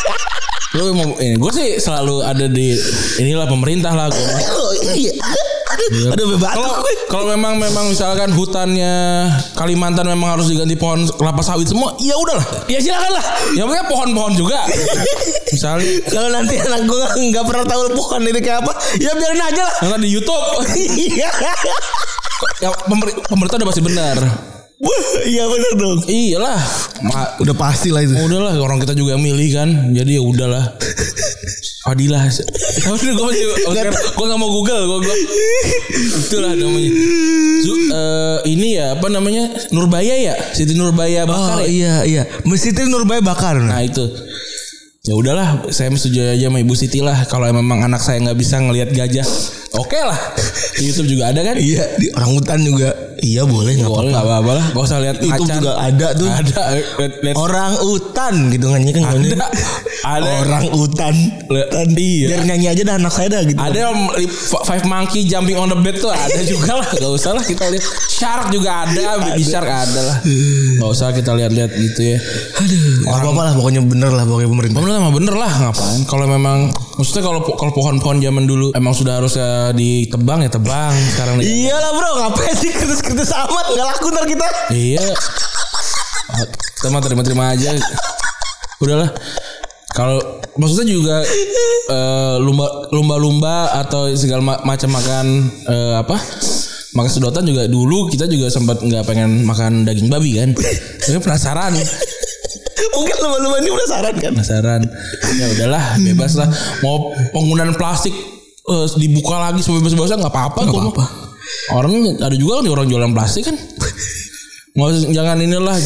Gue sih selalu ada di inilah pemerintah lah gue. Aduh batuk. Kalau memang misalkan hutannya Kalimantan memang harus diganti pohon kelapa sawit semua, ya udahlah. Ya silakan lah. Yang penting pohon-pohon juga. Misalnya kalau nanti anak gue nggak pernah tahu pohon itu kayak apa, ya biarin aja lah. Nonton di YouTube. Iya. Ya, pemerintah udah pasti benar. Iya benar dong. Iyalah. Udah pasti lah itu. Udahlah, orang kita juga yang milih kan. Jadi ya udahlah. Fadilah. Gue nggak mau Google. Gue itulah namanya. Ini ya apa namanya, Nurbaya ya, Siti Nurbaya Bakar. Oh ya? Iya. Siti Nurbaya Bakar. Nah itu. Ya udahlah, saya setuju aja sama Ibu Siti lah. Kalau memang anak saya nggak bisa ngelihat gajah, oke lah. Di YouTube juga ada kan? Iya. Di orangutan juga. Iya boleh. Nggak apa-apa lah. Gak usah lihat YouTube macan. juga ada tuh. Ada. Orang utan gitu kan? Ada. Orang utan. Iya. Biar nyanyi aja dah anak saya dah gitu. Ada Five Monkey Jumping on the Bed tuh ada juga lah. Gak usah lah kita lihat. Shark juga ada. Baby Shark ada lah. Gak usah kita lihat-lihat gitu ya. Aduh. Apa-apa lah pokoknya bener lah pokoknya pemerintah. Pemerintah mah bener lah, ngapain? Kalau memang maksudnya kalau pohon-pohon zaman dulu emang sudah harusnya ditebang ya tebang sekarang. Iyalah bro, ngapain sih kertas amat, nggak laku ntar kita. Iya. Kita mah terima aja. Udahlah. Kalau maksudnya juga lumba-lumba atau segala macam makan makan sedotan juga dulu kita juga sempat nggak pengen makan daging babi kan. Tapi penasaran. Mungkin lumba-lumba ini penasaran. Ya udahlah, bebas lah. Mau penggunaan plastik dibuka lagi sebebas-bebasnya nggak apa-apa. Orang ada juga kan orang jualan plastik kan. Jangan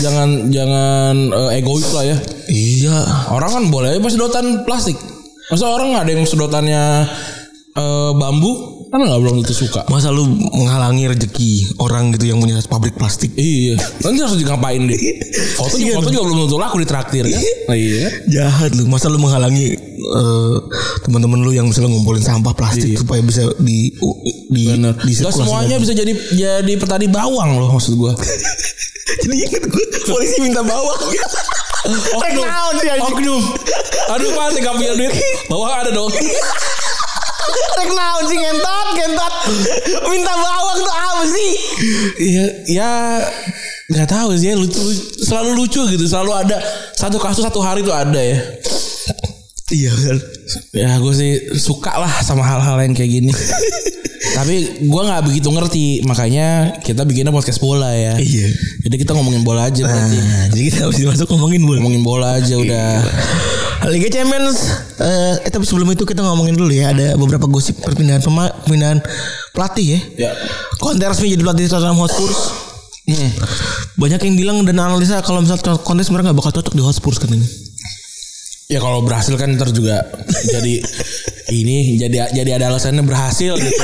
egois lah ya. Iya. Orang kan boleh pas sedotan plastik. Masa orang ada yang sedotannya bambu kan belum tentu suka. Masa lu menghalangi rezeki orang gitu yang punya pabrik plastik? Iya. Nanti harus ngapain deh? Foto juga belum tentu laku di traktir kan? Iya. Jahat lu. Masa lu menghalangi teman-teman lu yang misalnya ngumpulin sampah plastik supaya bisa di Gak semuanya bisa jadi petani bawang loh maksud gua. Jadi inget gue polisi minta bawang. Oknum. Aduh pasti gak punya duit. Bawang ada dong. Rek naon sih ngentot minta bawang tuh apa sih? Iya ya nggak tahu sih ya, selalu lucu gitu, selalu ada satu kasus satu hari tuh ada ya. Iya kan. Ya gue sih suka lah sama hal-hal yang kayak gini. Tapi gue nggak begitu ngerti, makanya kita bikinnya podcast bola ya. Iya. Jadi kita ngomongin bola aja berarti. Jadi kita harus masuk ngomongin bola aja udah. Liga Champions. Tapi sebelum itu kita ngomongin dulu ya. Ada beberapa gosip perpindahan pelatih ya. Conte resmi jadi pelatih Tottenham Hotspur. Banyak yang bilang dan analisa kalau misalnya Conte sebenarnya nggak bakal cocok di Hotspur katanya. Ya kalau berhasil kan ntar juga jadi ini jadi ada alasannya berhasil gitu.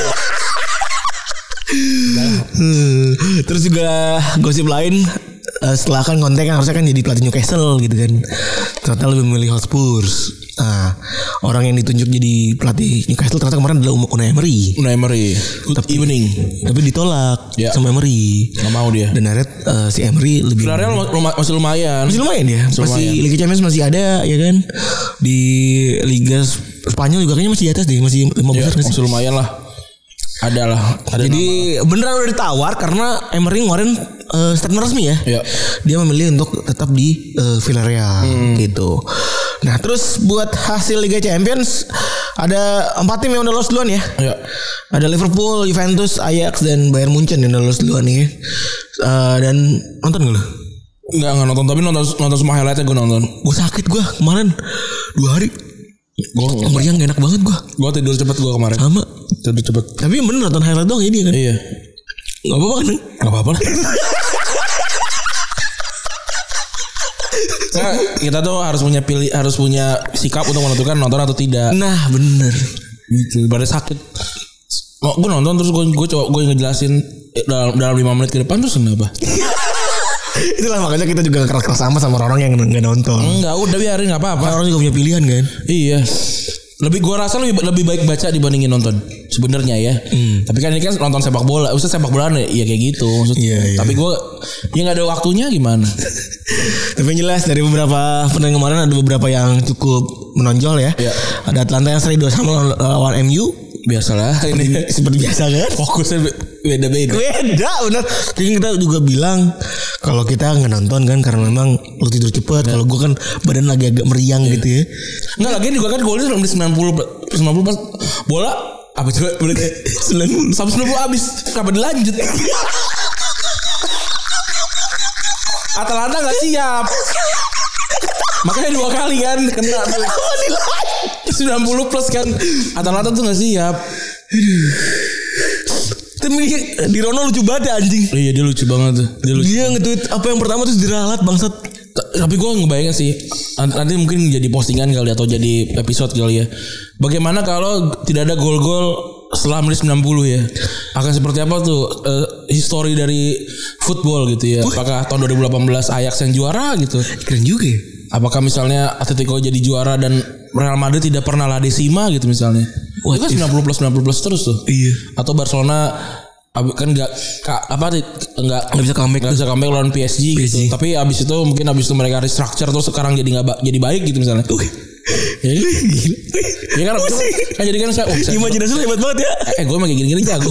Terus juga gosip lain setelah kan Conte kan harusnya kan jadi pelatih Newcastle gitu kan. Ternyata lebih memilih Hotspur. Nah, orang yang ditunjuk jadi pelatih Newcastle ternyata kemarin adalah Unai Emery. Good evening. Tapi ditolak sama Emery. Gak mau dia. Dan akhirnya si Emery lebih Villarreal masih lumayan ya. Masih Liga Champions masih ada ya kan. Di Liga Spanyol juga kayaknya masih di atas deh, masih 5 besar kan. Masih lumayan lah. Ada jadi beneran udah ditawar karena Emery ngeluarin statement resmi ya. Dia memilih untuk tetap di Villarreal gitu. Nah terus buat hasil Liga Champions ada 4 tim yang udah lolos duluan ya. Ada Liverpool, Juventus, Ajax dan Bayern Munchen yang udah lolos duluan nih. Dan nonton gak lu? Enggak nonton, tapi nonton semua highlightnya gue nonton. Gue sakit gue kemarin 2 hari. Meriang gak enak banget gue. Gue tidur cepet gue kemarin. Sama. Tidur cepet. Tapi bener nonton highlight doang ini kan. Iya. Gak apa-apa kan? Gak apa-apa lah. Nah, kita tuh harus punya sikap untuk menentukan nonton atau tidak. Nah bener. Gitu. Pada sakit. Gue nonton terus gue ngejelasin dalam 5 menit ke depan terus kenapa? Itulah makanya kita juga keras-keras sama orang yang nggak nonton. Enggak, udah biarin nggak apa-apa. Orang juga punya pilihan kan. Iya. Gue rasa lebih baik baca dibandingin nonton sebenarnya ya. Tapi kan ini kan nonton sepak bola. Usah sepak bola ya kayak gitu maksudnya. Iya. Tapi gue ya nggak ada waktunya gimana. Tapi yang jelas dari beberapa pertandingan kemarin ada beberapa yang cukup menonjol ya. Ada Atlanta yang seri 2-2 lawan MU. biasalah ini seperti biasa kan. fokusnya beda-beda. Beda benar. Jadi kita juga bilang kalau kita nggak nonton kan karena memang lu tidur cepet. Kalau gue kan badan lagi agak meriang gitu ya. Enggak lagi juga kan golnya di 90 pas bola apa coba berarti 90 habis kapan dilanjut. Atalanta nggak siap. Makanya 2 kali kan kena 90 plus kan. Atalanta tuh gak siap. Tapi di Rono lucu banget ya anjing. Iya dia lucu banget tuh. Dia nge-tweet apa yang pertama terus diralat bangsat. Tapi gue ngebayangin sih nanti mungkin jadi postingan kali atau jadi episode kali ya. Bagaimana kalau tidak ada gol-gol setelah menit 90 ya. Akan seperti apa tuh history dari football gitu ya. Apakah tahun 2018 Ajax yang juara gitu. Keren juga ya. Apakah misalnya Atletico jadi juara dan Real Madrid tidak pernah la decima gitu misalnya. Wah, itu kan 90 plus terus tuh. Iya. Atau Barcelona kan nggak bisa comeback lawan PSG gitu. Tapi abis itu mereka restructure terus sekarang jadi baik gitu misalnya. Ya kan jadi kan saya imajinasi lu hebat banget ya. Gue mah kayak gini-gini jago.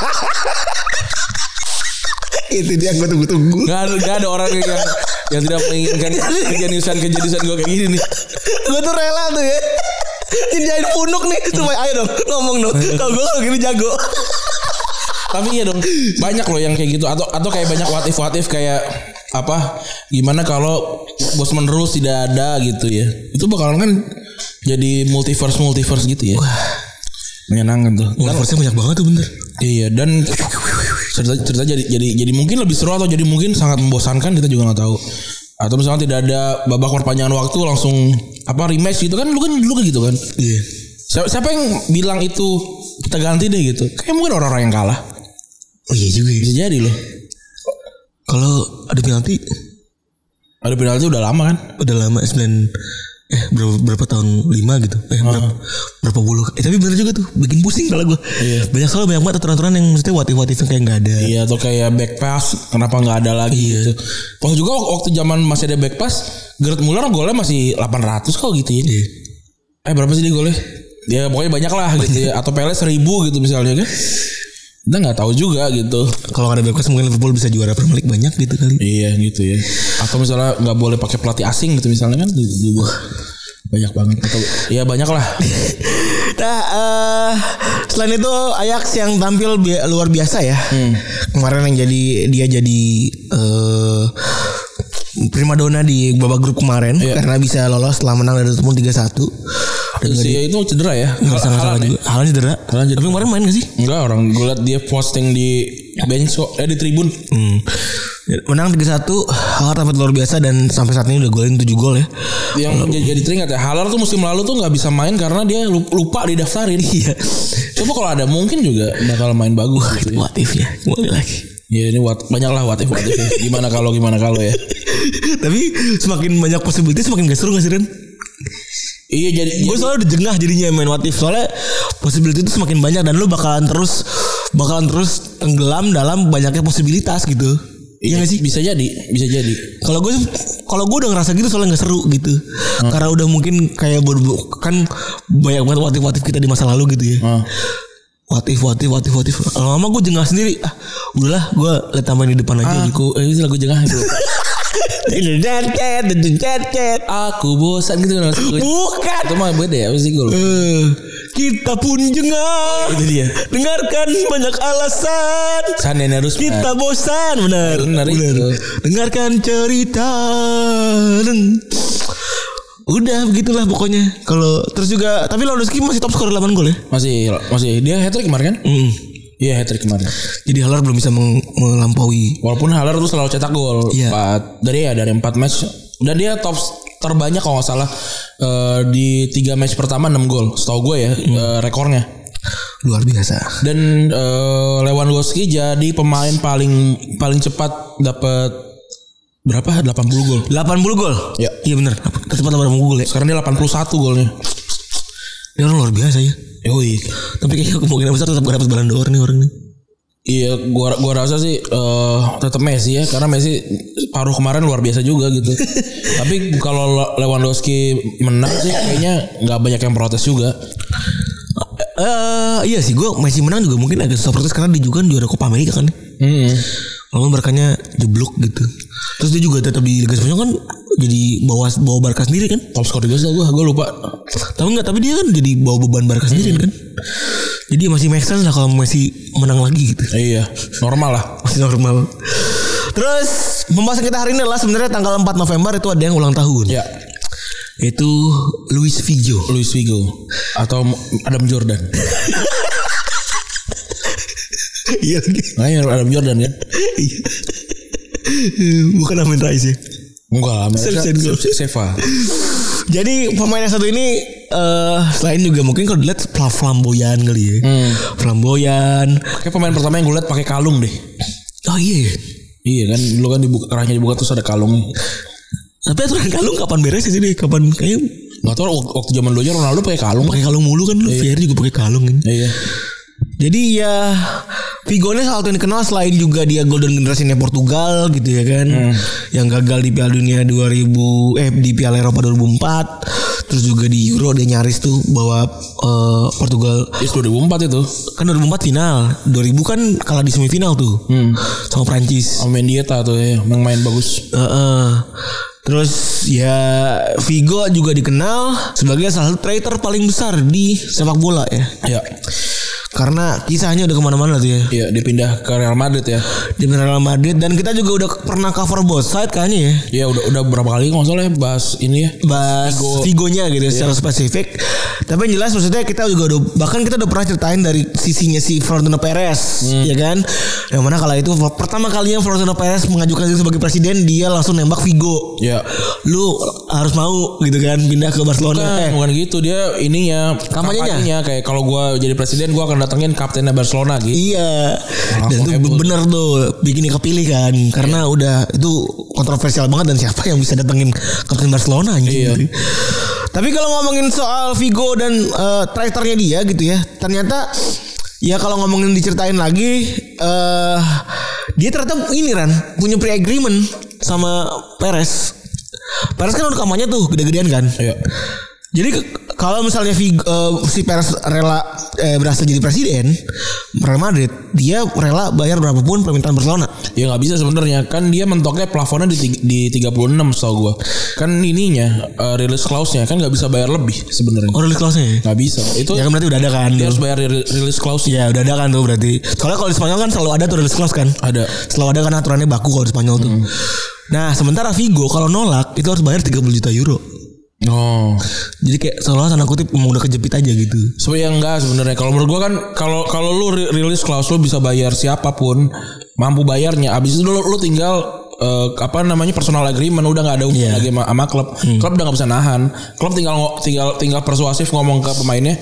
Itu dia gue tunggu-tunggu. Gak ada orang yang tidak menginginkan kejeniusan gue kayak gini nih. Gue tuh rela tuh ya jadiin punuk nih. Coba ayo dong ngomong dong. Kalau gue gini jago. Tapi iya dong banyak loh yang kayak gitu. Atau kayak banyak what if kayak apa, gimana kalau bos menerus tidak ada gitu ya. Itu bakalan kan jadi multiverse gitu ya. Wah, menyenangkan tuh. Multiverse banyak banget tuh bener. Iya, dan cerita jadi mungkin lebih seru atau jadi mungkin sangat membosankan, kita juga nggak tahu. Atau misalnya tidak ada babak perpanjangan waktu langsung rematch gitu kan, lu kan dulu gitu kan. Iya. Siapa yang bilang itu kita ganti deh gitu? Kayak mungkin orang-orang yang kalah. Oh iya juga. Bisa jadi loh. Kalau ada penalti udah lama kan? Udah lama berapa tahun 5 gitu. Berapa puluh. Tapi bener juga tuh bikin pusing kalau gue. Iya. Banyak banget aturan-aturan yang maksudnya what if yang kayak enggak ada. Iya, atau kayak back pass kenapa enggak ada lagi gitu. Kalau juga waktu zaman masih ada back pass, Gerd Muller golnya masih 800 kok gitu ya. Iya. Berapa sih dia golnya? Ya pokoknya banyak lah gitu ya. Atau Pele 1000 gitu misalnya kan. Kita nggak tahu juga gitu. Kalau ada back pass mungkin Liverpool bisa juara Premier League banyak gitu kali. Iya gitu ya. Atau misalnya nggak boleh pakai pelatih asing gitu misalnya kan juga banyak banget. Atau ya banyak lah. Nah selain itu Ajax yang tampil luar biasa ya. Kemarin yang dia jadi primadona di babak grup kemarin karena bisa lolos setelah menang dari Dortmund 3-1. Itu cedera ya. Haaland cedera. Tapi kemarin main gak sih? Enggak, orang gue liat dia posting di bench kok, di tribun. Menang 3-1. Haaland tampil luar biasa dan sampai saat ini udah golin 7 gol ya. Yang jadi teringat ya, Haaland tuh musim lalu tuh gak bisa main karena dia lupa didaftarin. Iya. Coba kalau ada mungkin juga bakal main bagus gitu. What if ya? Boleh lagi. Ya ini banyak lah what if ya. Gimana kalau ya. Tapi semakin banyak possibility semakin gak seru gak sih Ren? Iya, jadi gue selalu dijengah jadinya main what if. Soalnya possibility itu semakin banyak dan lu bakalan terus tenggelam dalam banyaknya posibilitas gitu. Iya gak sih? Bisa jadi. Kalau gue udah ngerasa gitu soalnya gak seru gitu. Karena udah mungkin kayak kan banyak banget what if kita di masa lalu gitu ya. What if. Lama-lama gue jengah sendiri. Udahlah gue liat tambahin di depan aja gitu. Ini lagu jengah itu. Aku bosan gitu. Bukan. Itu mah beda ya sih gue. Kita pun jengah. Itu dia. Dengarkan banyak alasan. Sanden harus. Kita bosan. Benar. Dengarkan cerita. Udah begitulah pokoknya. Kalau terus juga tapi Lewandowski masih top skor 8 gol ya? Masih. Dia hat-trick kemarin kan? Iya, hat-trick kemarin. Jadi Haller belum bisa melampaui. Walaupun Haller tuh selalu cetak gol. Iya. Dari 4 match. Dan dia top terbanyak kalau enggak salah di 3 match pertama 6 gol. Setahu gue ya, rekornya. Luar biasa. Dan Lewandowski jadi pemain paling cepat dapat berapa? 80 gol. 80 gol? Ya. Iya benar. Cepat 80 gol ya. Sekarang dia 81 golnya. Dia orang luar biasa ya. Yoi. Tapi kayaknya kemungkinan besar tetap gak dapat Ballon d'Or nih orang ini. Iya, gua rasa sih tetap Messi ya, karena Messi paruh kemarin luar biasa juga gitu. Tapi kalau Lewandowski menang sih kayaknya nggak banyak yang protes juga. Iya sih, gue Messi menang juga mungkin agak susah protes karena dia juga kan juara Copa America kan. Lalu Barkanya jeblok gitu. Terus dia juga tetap di Liga Spanyol kan jadi bawa Barca sendiri kan. Top skor juga gue lupa. Tahu nggak? Tapi dia kan jadi bawa beban Barca sendiri kan. Jadi masih make sense lah kalau Messi menang lagi gitu. Iya, normal lah. Masih normal. Terus pembahasan kita hari ini adalah sebenarnya tanggal 4 November itu ada yang ulang tahun. Ya. Itu Luis Figo atau Adam Jordan. Iya lagi. Nah, Adam Jordan kan? Iya. Bukan Amin Rais ya? Enggak lah, Seva. Jadi pemain yang satu ini selain juga mungkin kalau dilihat flamboyan kali ya. Flamboyan. Kayak pemain pertama yang gue liat pakai kalung deh. Oh iya. Iya kan, dulu kan kerahnya dibuka terus ada kalungnya. Tapi aturan kalung kapan beres sih deh? Kapan kayak nggak tahu waktu zaman dulu aja Ronaldo pakai kalung. Pakai kalung mulu kan, lu Fieri juga pakai kalung kan. Iya. Jadi ya Figo ini salah satu yang dikenal selain juga dia golden generasinya Portugal gitu ya kan. Yang gagal di Piala Dunia di Piala Eropa 2004. Terus juga di Euro dia nyaris tuh bawa Portugal. 2004 itu. Kan 2004 final. 2000 kan kalah di semifinal tuh. Sama Prancis. Sama Mendieta tuh ya, main bagus. Terus ya Figo juga dikenal sebagai salah satu traitor paling besar di sepak bola ya. Iya. Karena kisahnya udah kemana-mana tuh ya. Iya, dia pindah ke Real Madrid ya. Di Real Madrid dan kita juga udah pernah cover both side kayaknya ya. Iya, udah berapa kali nggak salah ya bahas ini ya. Bahas Figonya gitu secara spesifik. Tapi yang jelas maksudnya kita juga bahkan kita udah pernah ceritain dari sisinya si Florentino Perez, ya kan? Yang mana kala itu pertama kalinya Florentino Perez mengajukan diri sebagai presiden, dia langsung nembak Figo. Iya. Lu harus mau gitu kan pindah ke Barcelona. Bukan gitu, dia ininya kampanyenya kayak kalau gua jadi presiden gua akan datengin kaptennya Barcelona gitu. Iya. Dan itu bener tuh bikin kepilih kan. Karena udah itu kontroversial banget dan siapa yang bisa datengin kapten Barcelona anjing. Iya. Tapi kalau ngomongin soal Figo dan traitornya dia gitu ya. Ternyata ya kalau ngomongin diceritain lagi dia ternyata ini punya pre-agreement sama Perez. Perez kan udah kampanye tuh gede-gedean kan. Iya. Jadi kalau misalnya si Perez rela berhasil jadi presiden Real Madrid, dia rela bayar berapapun permintaan Barcelona. Ya nggak bisa sebenarnya, kan dia mentoknya plafonnya di 36 setahu gue. Kan ininya release clause-nya kan nggak bisa bayar lebih sebenarnya. Oh, release clause-nya ya? Nggak bisa. Itu ya kan berarti udah ada kan. Dia harus bayar release clause. Ya udah ada kan tuh berarti. Soalnya kalau di Spanyol kan selalu ada tuh release clause kan. Ada. Selalu ada kan aturannya baku kalau di Spanyol tuh. Nah sementara Figo kalau nolak itu harus bayar 30 juta euro. Oh, jadi kayak seolah tanda kutip udah kejepit aja gitu. Sebenarnya enggak sebenarnya. Kalau menurut gua kan kalau lu release clause lu bisa bayar siapapun mampu bayarnya. Abis itu lu tinggal personal agreement, udah nggak ada hubungan lagi sama klub. Klub udah nggak bisa nahan. Klub tinggal persuasif ngomong ke pemainnya.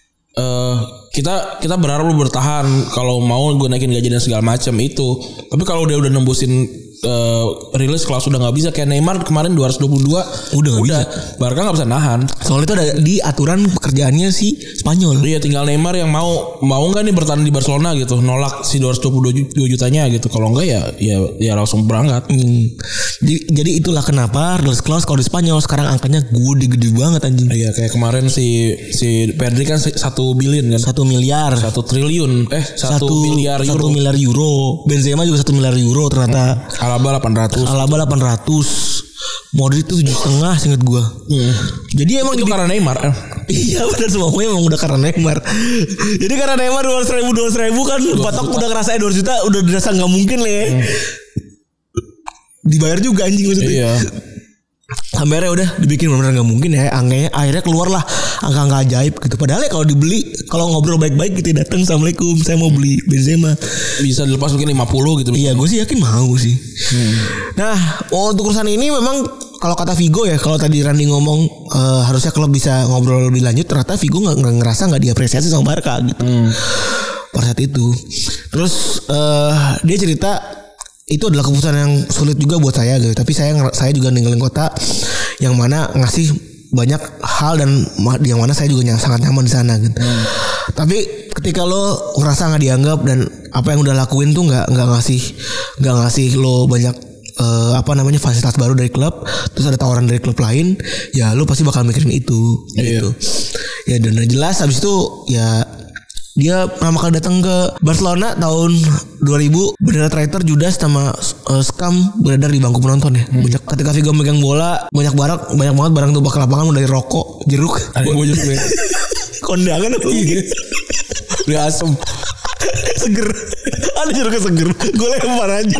Kita berharap lu bertahan, kalau mau gue naikin gaji dan segala macam itu. Tapi kalau udah nembusin rilis clause udah nggak bisa. Kayak Neymar kemarin 222 udah Barca nggak bisa nahan. Soalnya itu ada di aturan pekerjaannya si Spanyol. Iya, tinggal Neymar yang mau nggak nih bertahan di Barcelona gitu, nolak si 222 jutanya gitu. Kalau enggak ya langsung berangkat. Jadi itulah kenapa rilis clause kalau di Spanyol sekarang angkanya gede banget anjing. Iya, kayak kemarin si Pedri kan 1 billion kan. 1 miliar 1 triliun 1 miliar euro. 1 miliar euro. Benzema juga 1 miliar euro ternyata. Alaba 800. Modric itu 7,5 seinget gue. Jadi emang itu karena Neymar. Iya benar, semuanya emang udah karena Neymar. Jadi karena Neymar 200.000 kan patok udah ngerasain 2 juta udah dirasa nggak mungkin lah ya. Dibayar juga anjing maksudnya. Iya. Sampai akhirnya udah dibikin benar-benar nggak mungkin ya. Akhirnya keluarlah angka-angka ajaib gitu. Padahal ya kalau dibeli, kalau ngobrol baik-baik gitu datang, assalamualaikum saya mau beli Benzema, bisa dilepas mungkin 50 gitu. Iya, gue sih yakin mau sih. Nah untuk urusan ini memang kalau kata Figo ya, kalau tadi Randy ngomong harusnya klub bisa ngobrol lebih lanjut, ternyata Figo ngerasa nggak diapresiasi sama Barca gitu pada saat itu. Terus dia cerita itu adalah keputusan yang sulit juga buat saya gitu. Tapi saya juga ninggalin kota yang mana ngasih banyak hal dan yang mana saya juga sangat nyaman di sana gitu. Tapi ketika lo ngerasa nggak dianggap dan apa yang udah lakuin tuh nggak ngasih lo banyak fasilitas baru dari klub, terus ada tawaran dari klub lain, ya lo pasti bakal mikirin itu gitu. Ya dan jelas habis itu ya Dia pertama kali datang ke Barcelona tahun 2000. Bendera traitor Judas sama Scam beredar di bangku penonton ya. Banyak ketika Figo megang bola, banyak banget barang tumpah ke lapangan, dari rokok, jeruk. Ada gue jeruk ya. Kondangan apa? Udah asem. Seger. Ada jeruknya seger. Gue lempar aja.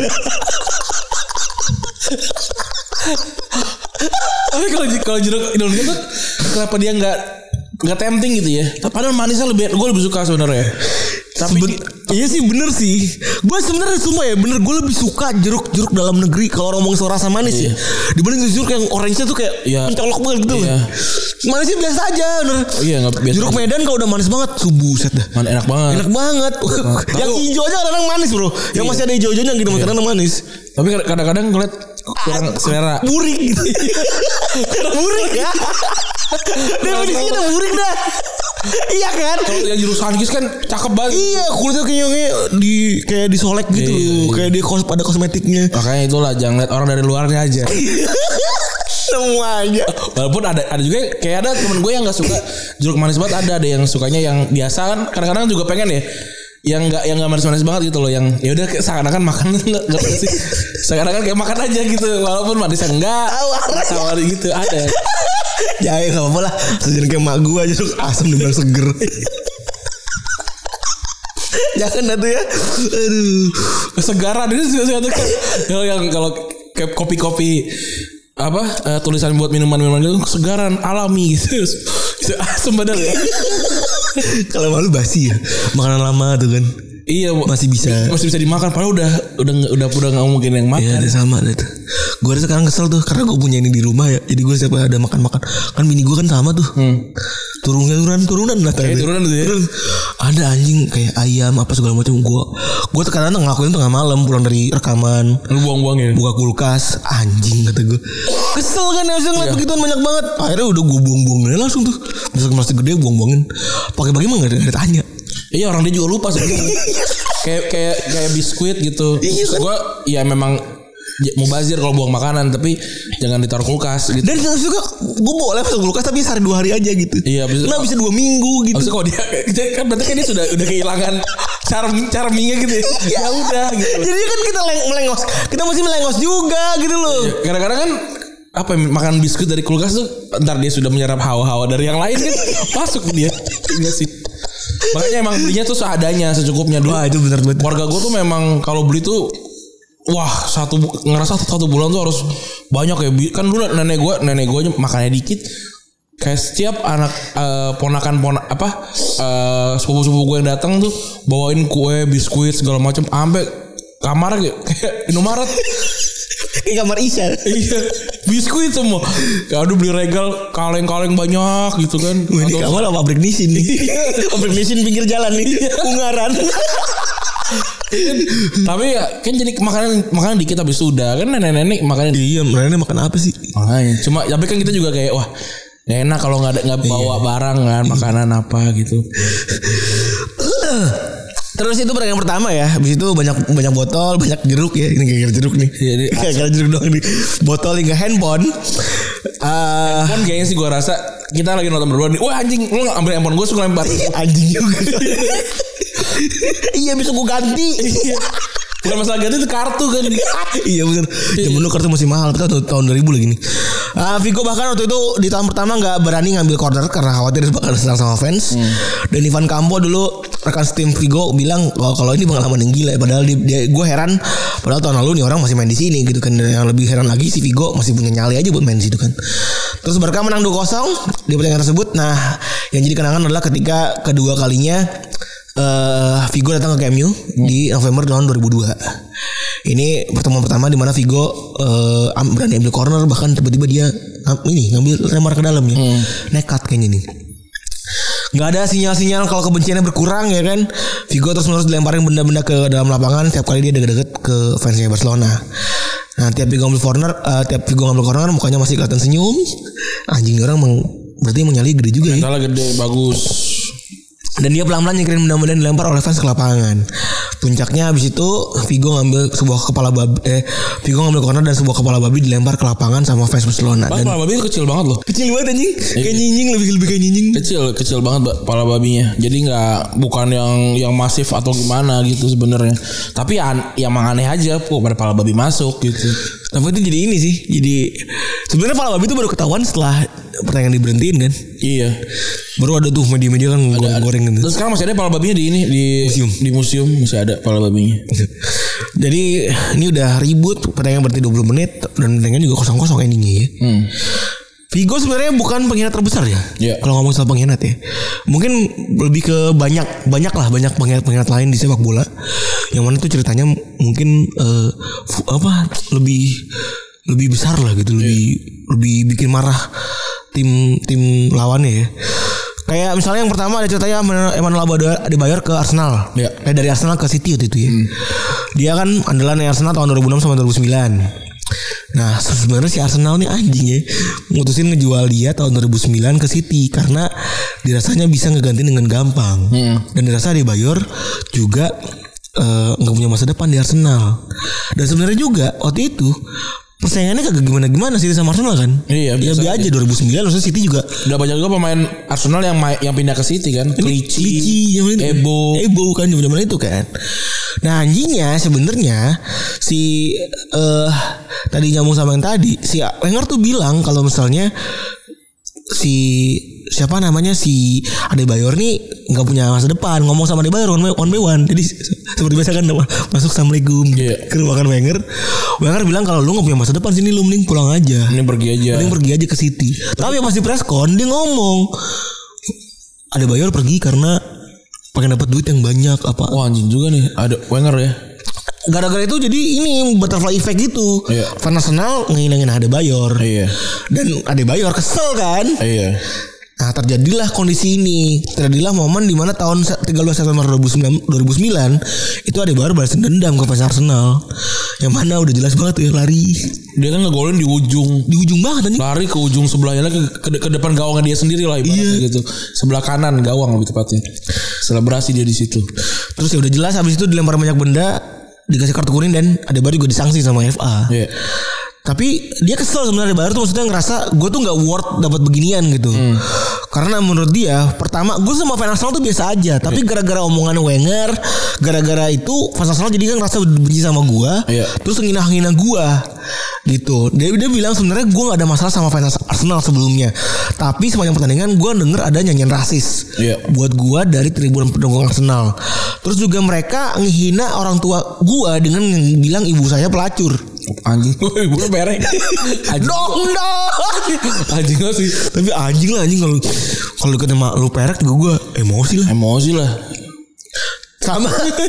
Tapi kalau jeruk Indonesia tuh kenapa dia nggak tempting gitu ya? Padahal manisnya gue lebih suka sebenarnya. Tapi iya sih bener sih. Gue sebenarnya semua ya bener, gue lebih suka jeruk dalam negeri kalau ngomong soal rasa manis ya. Dibanding jeruk yang orange-nya tuh kayak mencolok banget gitu loh. Manisnya biasa aja bener. Iya nggak biasa. Jeruk Medan kalau udah manis banget, set dah. Enak banget. Enak banget. Yang hijau aja kadang manis bro. Yang masih ada hijau-hijaunya gitu kadang manis. Tapi kadang-kadang ngeliat kurang selera. Burik gitu. Burik ya. Definisinya udah burik dah. Iya kan? Kalau yang jeruk Sankis kan cakep banget. Iya, kulitnya kayak disolek gitu. Kayak dia pada kosmetiknya. Makanya itulah jangan lihat orang dari luarnya aja. Semuanya. Walaupun ada juga kayak ada temen gue yang nggak suka jeruk manis banget, ada yang sukanya yang biasa kan. Kadang-kadang juga pengen ya yang nggak manis-manis banget gitu loh, yang ya udah seakan-akan makan nggak sih, seakan-akan kayak makan aja gitu walaupun manisnya enggak tawar gitu ada. Ya nggak apa-apa lah, sejenis kayak mak gue aja asam dibilang seger. Jangan tuh ya. Aduh, kesegaran ini satu kan kalau kayak kopi-kopi tulisan buat minuman itu kesegaran alami gitu. Itu asam padahal ya. Kalau malu basi ya, makanan lama tuh kan. Iya, masih bisa dimakan, padahal udah nggak mungkin yang makan. Iya, sama itu. Gue sekarang kesel tuh karena gue punya ini di rumah ya. Jadi gue setiap ada makan kan bini gue kan sama tuh. Turunan lah tadi. Turunan tuh ya. Ada anjing kayak ayam apa segala macam. Gue kadang ngelakuin tengah malam pulang dari rekaman. Lu buang-buang ya. Buka kulkas, anjing kata gue. Kesel kan ya ngeliat begituan banyak banget. Akhirnya udah gue buang-buangin langsung tuh. Besok masih gede buang-buangin. Pagi-pagi mah enggak ada tanya. Iya, orang dia juga lupa sebenarnya. kayak biskuit gitu. Iya, kan? Gue ya memang mubazir kalau buang makanan, tapi jangan ditaruh kulkas gitu. Dan juga gue boleh masuk kulkas tapi sehari 2 hari aja gitu. Iya, bisa 2 minggu gitu. Maksudnya kalau dia kan berarti kan dia sudah kehilangan charmingnya gitu ya. Ya udah gitu. Jadi kan kita melengos. Kita mesti melengos juga gitu loh. Kadang-kadang kan makan biskuit dari kulkas tuh ntar dia sudah menyerap hawa-hawa dari yang lain kan masuk dia. Iya sih. Makanya emang belinya tuh seadanya, secukupnya dulu. Wah, itu benar. Keluarga gue tuh memang kalau beli tuh ngerasa satu bulan tuh harus banyak ya. Kan dulu nenek gue aja makannya dikit. Kayak setiap anak sepupu-sepupu gue yang datang tuh bawain kue, biskuit segala macam, sampai kamar kayak Indomaret. Kayak kamar Isya. Iya, biskuit semua. Aduh, beli regal kaleng-kaleng banyak gitu kan. Ini kamar apa pabrik nisin nih. Pabrik nisin pinggir jalan nih. Ungaran. Tapi ya kan jadi makanan dikit habis sudah kan nenek-nenek makannya. Iya, nenek makan apa sih? Makanya cuma tapi kan kita juga kayak wah gak enak kalau nggak bawa barang kan, makanan apa gitu. Terus itu pedagang pertama ya. Habis itu banyak botol, banyak jeruk ya. Ini kayak jeruk nih. Jadi kayak jeruk doang nih. Botol hingga handphone. Handphone kayaknya sih gue rasa kita lagi nonton berdua nih. Wah anjing, lu nggak ambil handphone gue suka lempar. Anjing juga. Iya bisa gue ganti. Bukan masalah ganti, itu kartu kan. Iya bener. Zaman dulu kartu masih mahal. Kita tahun 2000 lagi nih. Figo bahkan waktu itu di tahun pertama gak berani ngambil corner karena khawatir bakal diserang sama fans. Dan Ivan Campo dulu rekan tim Figo bilang kalau ini pengalaman yang gila. Padahal gue heran. Padahal tahun lalu nih orang masih main di sini gitu kan. Yang lebih heran lagi si Figo masih punya nyali aja buat main di situ kan. Terus Barca menang 2-0 di pertandingan tersebut. Nah yang jadi kenangan adalah ketika kedua kalinya Figo datang ke Camp Nou di November tahun 2002. Ini pertemuan pertama di mana Figo berani ambil corner, bahkan tiba-tiba dia ngambil lempar ke dalam ya. Nekat kayaknya nih. Gak ada sinyal-sinyal kalau kebenciannya berkurang ya kan. Figo terus menerus dilemparin benda-benda ke dalam lapangan setiap kali dia deket-deket ke fansnya Barcelona. Nah tiap Figo ngambil corner mukanya masih kelihatan senyum. Anjing orang berarti mau nyali gede juga ya. Salah gede, bagus. Dan dia pelan-pelan nyingkirin benda-benda yang dilempar oleh fans ke lapangan. Puncaknya habis itu Vigo ngambil corner dan sebuah kepala babi dilempar ke lapangan sama fans Barcelona. Dan kepala babi itu kecil banget loh. Kecil banget anjing. Kayak nyinying, lebih kayak nyinying. Kecil banget kepala babinya. Jadi bukan yang masif atau gimana gitu sebenarnya. Tapi emang aneh aja kok pada kepala babi masuk gitu. Tapi itu jadi ini sih. Jadi sebenarnya kepala babi itu baru ketahuan setelah pertandingan diberhentiin kan. Iya. Baru ada tuh media-media kan goreng gitu. Terus sekarang masih ada kepala babinya di museum masih ada kepala babinya. Jadi ini udah ribut, pertandingan berarti 20 menit dan pertandingan juga kosong-kosong endingnya ya. Vigo sebenarnya bukan pengkhianat terbesar ya. Yeah. Kalau ngomong soal pengkhianat ya. Mungkin lebih ke banyak pengkhianat lain di sepak bola. Yang mana tuh ceritanya mungkin lebih besar lah gitu, lebih bikin marah tim lawannya ya. Kayak misalnya yang pertama ada ceritanya Emmanuel Adebayor ke Arsenal. Ya. Dari Arsenal ke City waktu itu ya. Dia kan andalan Arsenal tahun 2006 sama 2009. Nah sebenarnya si Arsenal nih anjing ya, mutusin ngejual dia tahun 2009 ke City karena dirasanya bisa ngeganti dengan gampang. Dan dirasa Adebayor juga nggak punya masa depan di Arsenal. Dan sebenarnya juga waktu itu persaingannya kagak gimana City sama Arsenal kan. Iya, biasa aja 2009 maksudnya City juga udah banyak juga pemain Arsenal yang pindah ke City kan. Clichy, Ebo kan zaman itu kan. Nah anjingnya sebenarnya si tadi nyambung sama yang tadi, si Wenger tuh bilang kalau misalnya si Adebayor nih nggak punya masa depan, ngomong sama Adebayor one by one. Jadi seperti biasa kan masuk assalamualaikum ke ruangan Wenger bilang kalau lu nggak punya masa depan sini, lu mending pulang aja, mending pergi aja ke City. Tapi pas di press con dia ngomong Adebayor pergi karena pengen dapat duit yang banyak apa. Wah anjing juga nih ada Wenger ya. Gara-gara itu jadi ini butterfly effect gitu. Fan Arsenal ngehilangin Adebayor. Dan Adebayor kesel kan. Nah terjadilah kondisi ini. Terjadilah momen di mana tahun 13 September 2009 itu Adebayor balas dendam ke fans Arsenal. Yang mana udah jelas banget tuh ya lari. Dia kan ngegolin di ujung banget anjing. Lari ke ujung sebelahnya ke depan gawangnya dia sendiri lah ibaratnya gitu. Sebelah kanan gawang lebih tepatnya. Selebrasi dia di situ. Terus ya udah jelas habis itu dilempar banyak benda, dikasih kartu kuning dan Adebayor juga disanksi sama FA. Tapi dia kesel sebenarnya Adebayor tuh, maksudnya ngerasa gue tuh nggak worth dapat beginian gitu. Karena menurut dia pertama gue sama fans Arsenal tuh biasa aja, tapi gara-gara omongan Wenger, gara-gara itu fans Arsenal jadi kan ngerasa benci sama gue, terus ngina-ngina gue gitu. Dia bilang sebenarnya gue nggak ada masalah sama fans Arsenal sebelumnya, tapi sepanjang pertandingan gue denger ada nyanyian rasis buat gue dari tribun pendukung Arsenal. Terus juga mereka ngehina orang tua gue dengan bilang ibu saya pelacur. Anjing, ibu lu berek. Dong. Anjing gak sih? Tapi anjing lah kalau deket sama lu perek juga gue emosi lah. Sama.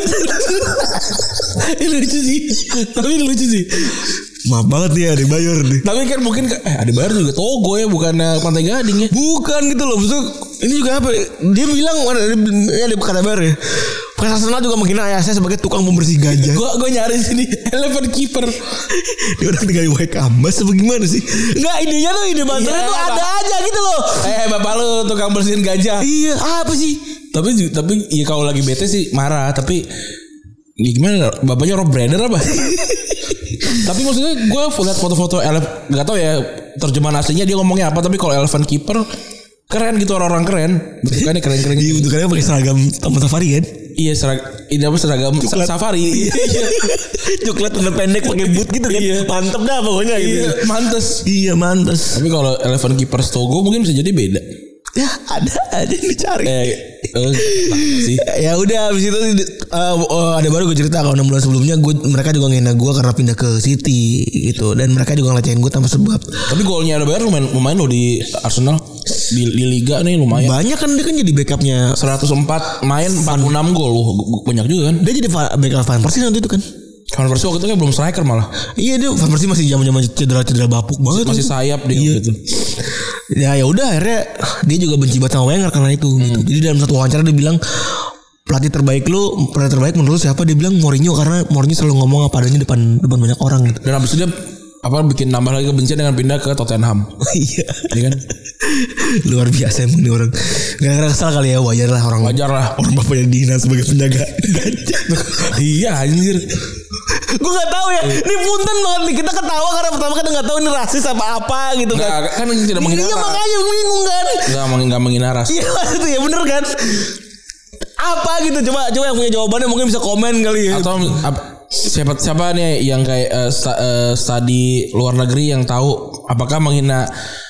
Ini lucu sih. Maaf banget nih Adebayor nih. Tapi kan mungkin Adebayor juga Togo ya, bukan Pantai Gading ya. Bukan gitu loh. Maksud ini juga apa? Dia bilang ada kata Adebayor ya. Fans Arsenal juga menghina ayah saya sebagai tukang pembersih gajah. Gue nyari sini elephant keeper. Dia udah tinggal di White Canvas apa gimana sih? Enggak, idenya tuh ide bantuan tuh ada aja gitu loh. Bapak lu tukang bersihin gajah. Iya, apa sih? Tapi ya kalau lagi bete sih marah, tapi ya gimana? Bapaknya Rob Brander apa? Tapi maksudnya gue lihat foto-foto nggak tahu ya terjemahan aslinya dia ngomongnya apa, tapi kalau elephant keeper keren gitu, orang-orang keren. Bentukannya keren-keren gitu. Iya, bentukannya pakai seragam taman safari kan? Iya, seragam safari. Coklat tanda pendek pakai boot gitu kan. Mantep dah pokoknya gitu. Iya, mantes. Tapi kalau elephant keeper Togo mungkin bisa jadi beda. Ya ada aja yang dicari. Sih. Ya udah habis itu ada baru gue cerita kalau 6 bulan sebelumnya mereka juga ngehina gue karena pindah ke City gitu, dan mereka juga ngelecehin gue tanpa sebab. Tapi golnya ada bayar lumayan loh di Arsenal di Liga nih lumayan. Banyak kan, dia kan jadi backupnya 104 main 46 gol loh, banyak juga kan. Dia jadi backup Van Persie nanti itu kan. Van Persie waktu itu kan belum striker malah. Iya, dia Van Persie masih zaman cedera bapuk banget. Masih sayap dia gitu. Ya udah akhirnya dia juga benci banget sama Wenger karena itu gitu. Jadi dalam satu wawancara dia bilang pelatih terbaik menurut lu siapa? Dia bilang Mourinho, karena Mourinho selalu ngomong apa adanya depan banyak orang gitu. Dan habis itu dia bikin nambah lagi kebencian dengan pindah ke Tottenham. Iya kan? Luar biasa emang nih orang. Gara-gara kesal kali ya, wajar lah orang bapaknya dihina sebagai penjaga gajah. Iya anjir. Gue gak tahu ya. Ini punten banget nih. Kita ketawa karena pertama kita gak tahu ini rasis apa gitu kan. Kan tidak menghina ras. Iya makanya bingung kan. Gak menghina ras. Iya itu ya bener kan. Apa gitu. Coba yang punya jawabannya mungkin bisa komen kali ya. Atau siapa nih yang kayak studi luar negeri yang tahu apakah menghina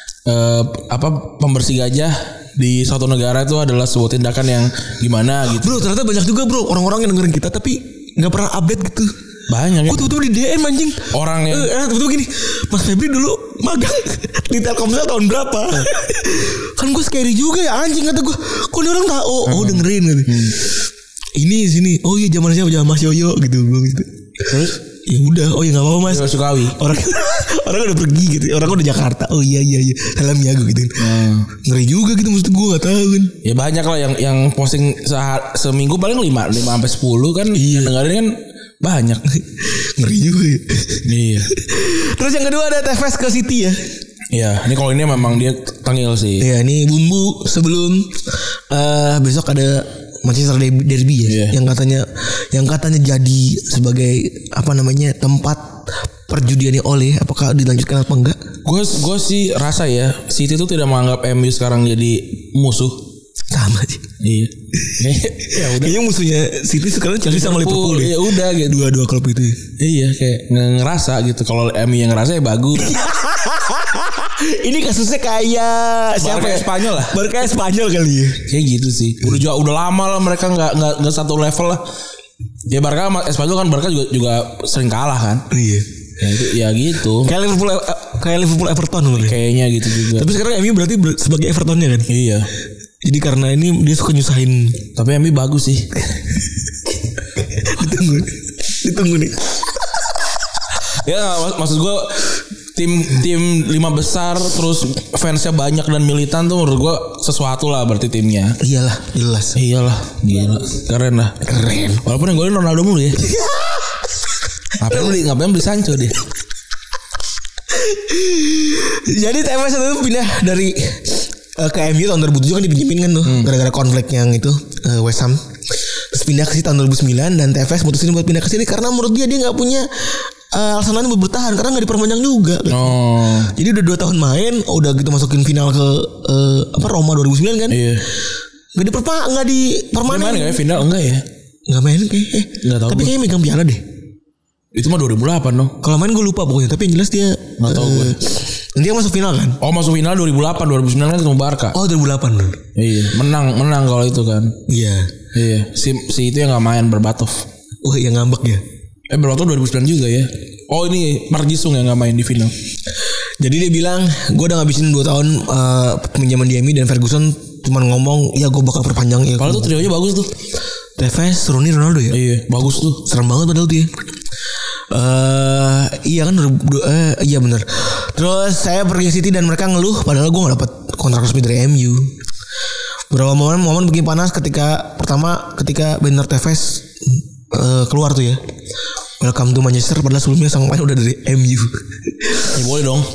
pembersih gajah di suatu negara itu adalah sebuah tindakan yang gimana gitu. Bro ternyata banyak juga bro orang-orang yang dengerin kita tapi gak pernah update gitu. Banyak ya. Gue tiba-tiba di DM anjing. Orang yang tiba-tiba gini, Mas Febri dulu magang di Telkomsel tahun berapa? Kan gue scary juga ya anjing, kata gue. Kok dia orang tahu? Oh dengerin gitu. Ini sini. Oh iya zaman siapa? Zaman Mas Yoyo gitu. Gitu. Terus ya udah. Oh ya nggak apa-apa Mas. Sukawi. Orang udah pergi gitu. Orang udah Jakarta. Oh iya. Salam ya gue gitu. Ngeri juga gitu. Maksud gue nggak tahu kan. Ya banyak lah yang posting seminggu paling 5 sampai 10 kan. Iya. Dengerin kan banyak. Ngeri juga ya. Iya. Terus yang kedua ada TFS ke City ya. Iya, ini kalau ini memang dia tangil sih. Iya, ini bumbu sebelum besok ada Manchester Derby ya. Yang katanya jadi sebagai tempat perjudiannya Ole, apakah dilanjutkan apa enggak? Gue sih rasa ya City itu tidak menganggap MU sekarang jadi musuh. Sama sih. Iya. Ya udah. Kayaknya musuhnya City sekarang Chelsea sama Liverpool. Ya udah gitu. Dua klub itu. Iya kayak ngerasa gitu. Kalau MU yang ngerasa ya bagus. Ini kasusnya kayak siapa ya? Spanyol lah. Baru kayak Spanyol kali ya. Kayak gitu sih. Udah lama lah mereka enggak satu level lah. Ya Barca sama Espanyol kan Barca juga sering kalah kan. Iya. Ya gitu. Kayak Liverpool Everton mungkin. Kayaknya gitu juga. Tapi sekarang MU berarti sebagai Evertonnya kan? Iya. Jadi karena ini dia suka nyusahin. Tapi MU bagus sih. Ditunggu nih. Ya maksud gue tim 5 besar terus fansnya banyak dan militan tuh menurut gue sesuatu lah berarti timnya. Iyalah jelas. Iyalah gila. Keren lah. Keren. Walaupun yang golin Ronaldo mulu ya. Ngapain beli Sancho dia. Jadi TFS itu pindah dari ke MU tahun 2007 kan dipinjemin kan tuh gara-gara konflik yang itu West Ham. Terus pindah ke sini tahun 2009 dan TFS mutusin buat pindah ke sini karena menurut dia nggak punya alasan lain buat bertahan karena nggak diperpanjang juga. Gitu. Oh. Jadi udah 2 tahun main, udah gitu masukin final ke Roma 2009 kan? Iya. Nggak diperpanjang. Main nggak ya final enggak ya? Nggak main kayak. Nggak tahu. Tapi kayaknya megang piala deh. Itu mah 2008 dong. Kalau main gue lupa pokoknya. Tapi yang jelas dia nggak tahu gue. Dia masuk final kan? Oh masuk final 2008, 2009 kan ketemu Barca. Oh 2008 dong. Iya menang kalau itu kan. Iya. Si itu yang nggak main Berbatov. Oh yang ngambek ya. Berbatov 2009 juga ya. Oh ini Mark Jisung yang nggak main di final. Jadi dia bilang gue udah ngabisin 2 tahun pinjaman di MU dan Ferguson cuma ngomong ya gue bakal perpanjang ya. Kalau tuh trionya bagus tuh. Tevez, Rooney, Ronaldo ya. Iya bagus tuh. Serem banget padahal tuh ya. Iya kan iya benar. Terus saya pergi City dan mereka ngeluh padahal gue gak dapet kontrak resmi dari MU. Beberapa momen bikin panas ketika Bernard Tevez keluar tuh ya. Welcome to Manchester padahal sebelumnya sang pemain udah dari MU. Ya boleh dong.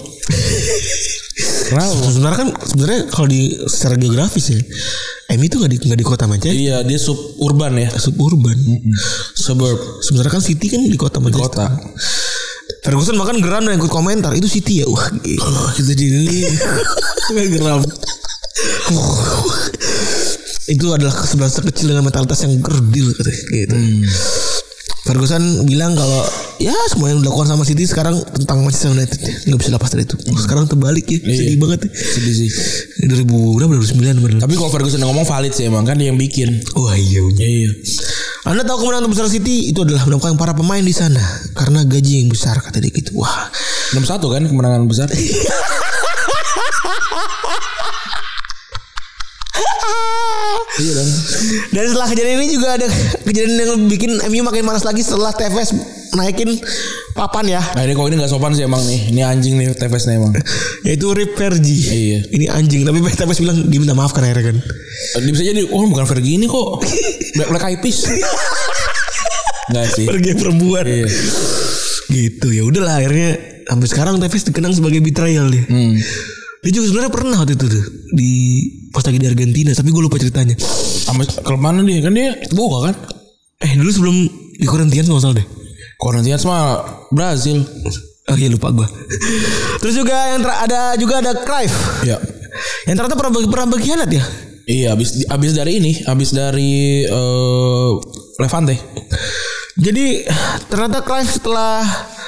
Sebenarnya kalau di secara geografis ya MU itu nggak di kota Manchester. Iya dia suburban ya. Suburban. Suburb. Sebenarnya kan City kan di kota Manchester. Ferguson makan geram dan ikut komentar itu City ya. Wah itu diri. Geram. Itu adalah kesebelasan kecil dengan mentalitas yang gerdil gitu. Ferguson bilang kalau ya semua yang dilakukan sama City sekarang tentang Manchester United nggak bisa lepas dari itu. Sekarang terbalik ya, sedih banget ya. Sedih sih. 2009 benar. Tapi kalau Ferguson ngomong valid sih emang kan dia yang bikin. Wah iya. Anda tahu kemenangan terbesar City itu adalah menangkan para pemain di sana karena gaji yang besar kata dia gitu. Wah 6-1 kan kemenangan besar. Iya dong. Dan setelah kejadian ini juga ada kejadian yang bikin MU makin panas lagi setelah Tevez naikin papan ya. Nah ini kok ini gak sopan sih emang nih. Ini anjing nih Tevez nih emang. Yaitu Rip Fergie. Iya. Ini anjing tapi Tevez bilang dia minta maaf kan akhirnya kan. Dia bisa jadi bukan Fergie ini kok. Black Eyed Peas. Enggak sih. Fergie perempuan. Iya. Gitu ya udahlah akhirnya sampai sekarang Tevez dikenang sebagai betrayal dia. Dia juga sebenarnya pernah waktu itu tuh di pas lagi di Argentina, tapi gue lupa ceritanya. Sama klub mana dia? Kan dia Boca kan? Dulu sebelum di Corinthians nggak salah deh. Corinthians sama Brazil. Oh iya lupa gue. Terus juga yang ada Cruyff. Ya. Yang ternyata pernah berkhianat ya. Iya, abis dari Levante. Jadi ternyata Cruyff setelah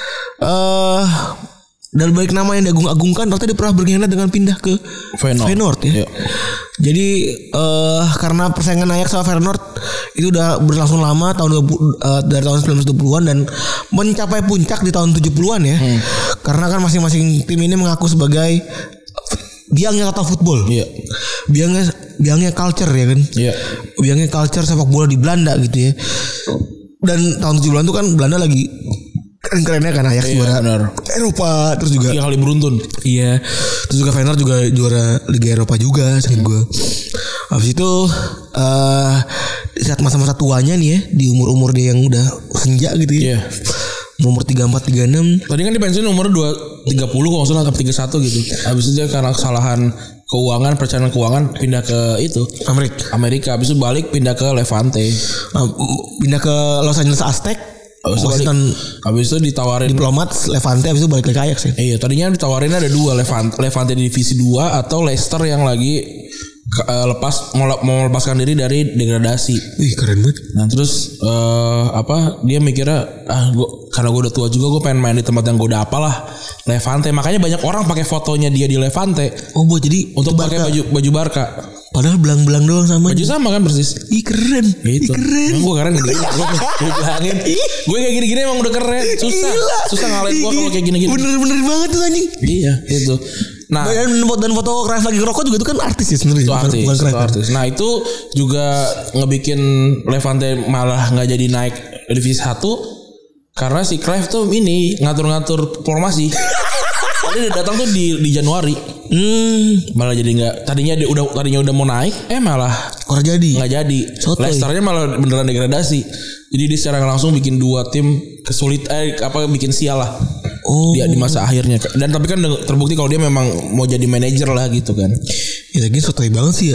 dari balik nama yang diagung-agungkan, ternyata dia pernah berkhianat dengan pindah ke Feyenoord ya. Jadi karena persaingan Ajax sama Feyenoord itu udah berlangsung lama dari tahun 1920-an dan mencapai puncak di tahun 70-an ya. Karena kan masing-masing tim ini mengaku sebagai biangnya kata football. Iya. Biangnya culture ya kan. Iya. Biangnya culture sepak bola di Belanda gitu ya. Dan tahun 70-an itu kan Belanda lagi keren-kerennya kan Ajax juara Eropa, terus juga kali beruntun. Iya. Terus juga Feyenoord juga juara Liga Eropa juga seingat gue. Habis itu saat masa-masa tuanya nih ya, di umur-umur dia yang udah senja gitu ya. Iya. Umur 34 36. Tadi kan dipensiun umur 30 kalau salah atau 31 gitu. Habis itu dia karena kesalahan keuangan, perencanaan keuangan pindah ke itu Amerika. Habis itu balik pindah ke Levante. Pindah ke Los Angeles Aztec. Habis itu ditawarin Diplomats Levante, habis itu balik ke Ajax ya. Iya, tadinya ditawarin ada dua, Levante di divisi 2 atau Leicester yang lagi mau lepaskan diri dari degradasi. Wih, keren banget. Nah, terus dia mikirnya karena gue udah tua juga, gue pengen main di tempat yang gue udah apalah, Levante. Makanya banyak orang pakai fotonya dia di Levante. Oh, jadi untuk pakai baju Barca. Padahal belang-belang doang sama. Baju sama kan persis. Ih, keren. Gitu. Keren. Gue keren gini. Gue bilangin. Gue kayak gini-gini emang udah keren. Susah ngalahin gue kalau kayak gini-gini. Bener-bener banget tuh anjing. Iya, gitu. Nah, dan foto Cruyff lagi ngerokok juga itu kan artis ya sebenarnya. Itu artis. Nah, itu juga ngebikin Levante malah nggak jadi naik divisi 1 karena si Cruyff tuh ini ngatur-ngatur formasi. Tadi dia datang tuh di Januari. Malah jadi nggak. Tadinya udah mau naik, malah nggak jadi. Leicester-nya malah beneran degradasi. Jadi dia secara langsung bikin 2 tim bikin sial lah. Dia di masa akhirnya. Dan tapi kan terbukti kalau dia memang mau jadi manajer lah gitu kan. Ya lagi sotoy banget sih ya.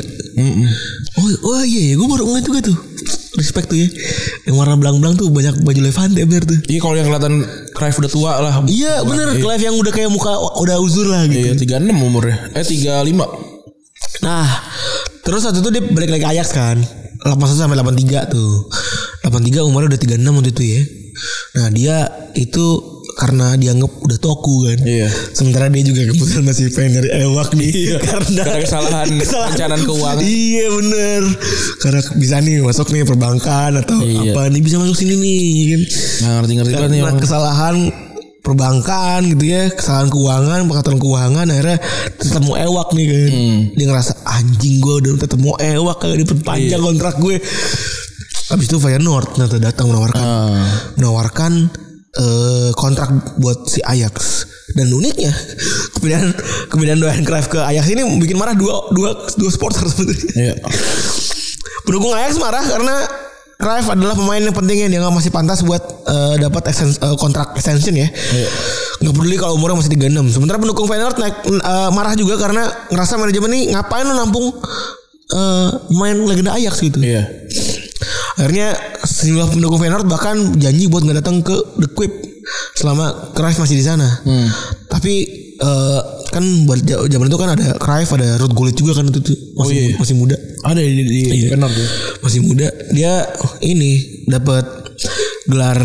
Oh iya, gue baru ngeliat juga tuh. Respect tuh ya. Yang warna belang-belang tuh banyak baju Levante bener tuh. Iya, kalau yang kelihatan Cruyff udah tua lah. Iya bener, Cruyff yang udah kayak muka udah uzur lah gitu. Iya, 36 umurnya. 35. Nah, terus waktu itu dia balik lagi ke Ajax kan. 81 sampai 83 tuh. 83 umurnya udah 36 waktu itu ya. Nah, dia itu karena dianggap udah toku kan. Iya. Sementara dia juga kebetulan masih pengen nyari ewak nih. Iya. Karena kesalahan perencanaan keuangan. Iya bener. Karena bisa nih masuk nih perbankan atau apa nih, bisa masuk sini nih kan. Nggak ngerti-ngerti banget nih. Kesalahan perbankan gitu ya, kesalahan keuangan, pengaturan keuangan, akhirnya ketemu ewak nih kan. Dia ngerasa anjing, gue udah ketemu ewak, kagak diperpanjang kontrak gue. Habis itu Feyenoord datang menawarkan kontrak buat si Ajax. Dan uniknya kemudian doyan Cruyff ke Ajax ini bikin marah dua supporter sebenarnya. Iya. Pendukung Ajax marah karena Cruyff adalah pemain yang penting yang dia nggak masih pantas buat dapat kontrak extension ya. Iya. Nggak peduli kalau umurnya masih 36. Sementara pendukung Feyenoord marah juga karena ngerasa manajemen nih ngapain lo nampung main legenda Ajax gitu. Iya. Akhirnya sejumlah pendukung Feyenoord bahkan janji buat nggak datang ke The Kuip selama Cruyff masih di sana. Tapi kan zaman itu kan ada Cruyff, ada Ruud Gullit juga kan itu masih muda. Ada di Feyenoord ya. Masih muda. Dia ini dapat gelar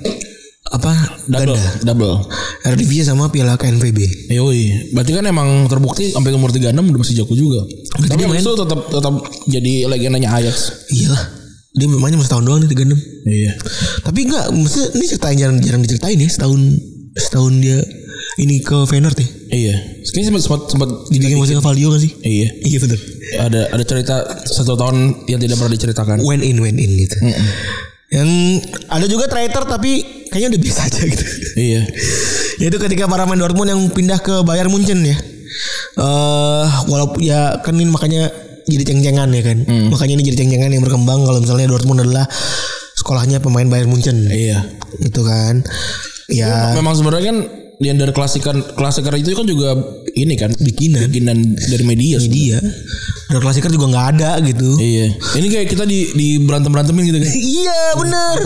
double Eredivisie sama Piala KNVB. Yoi. Berarti kan emang terbukti sampai umur 36 udah masih jago juga. Tapi itu tetap jadi legendanya Ajax. Iyalah. Dia mainnya masih tahun doang nih 36. Iya. Tapi enggak, maksudnya ini cerita yang jarang diceritain ya, setahun dia ini ke Feyenoord ya. Iya. Kayaknya sempat dibikin musik Valdio kan sih? Iya. Iya betul. Ada cerita 1 tahun yang tidak pernah diceritakan. Went in gitu. Yang ada juga traitor tapi kayaknya udah biasa aja gitu. Iya. Yaitu ketika para pemain Dortmund yang pindah ke Bayern Munchen ya. Walaupun ya kan ini makanya jadi ceng-cengan ya kan. Makanya ini jadi ceng-cengan yang berkembang kalau misalnya Dortmund adalah sekolahnya pemain Bayern Munchen. Iya. Gitu kan. Ya. Memang sebenarnya kan yang dari klasiker itu kan juga ini kan bikinan dari media. Dari klasiker juga nggak ada gitu. Iya. Ini kayak kita di berantemin gitu kan. Iya benar.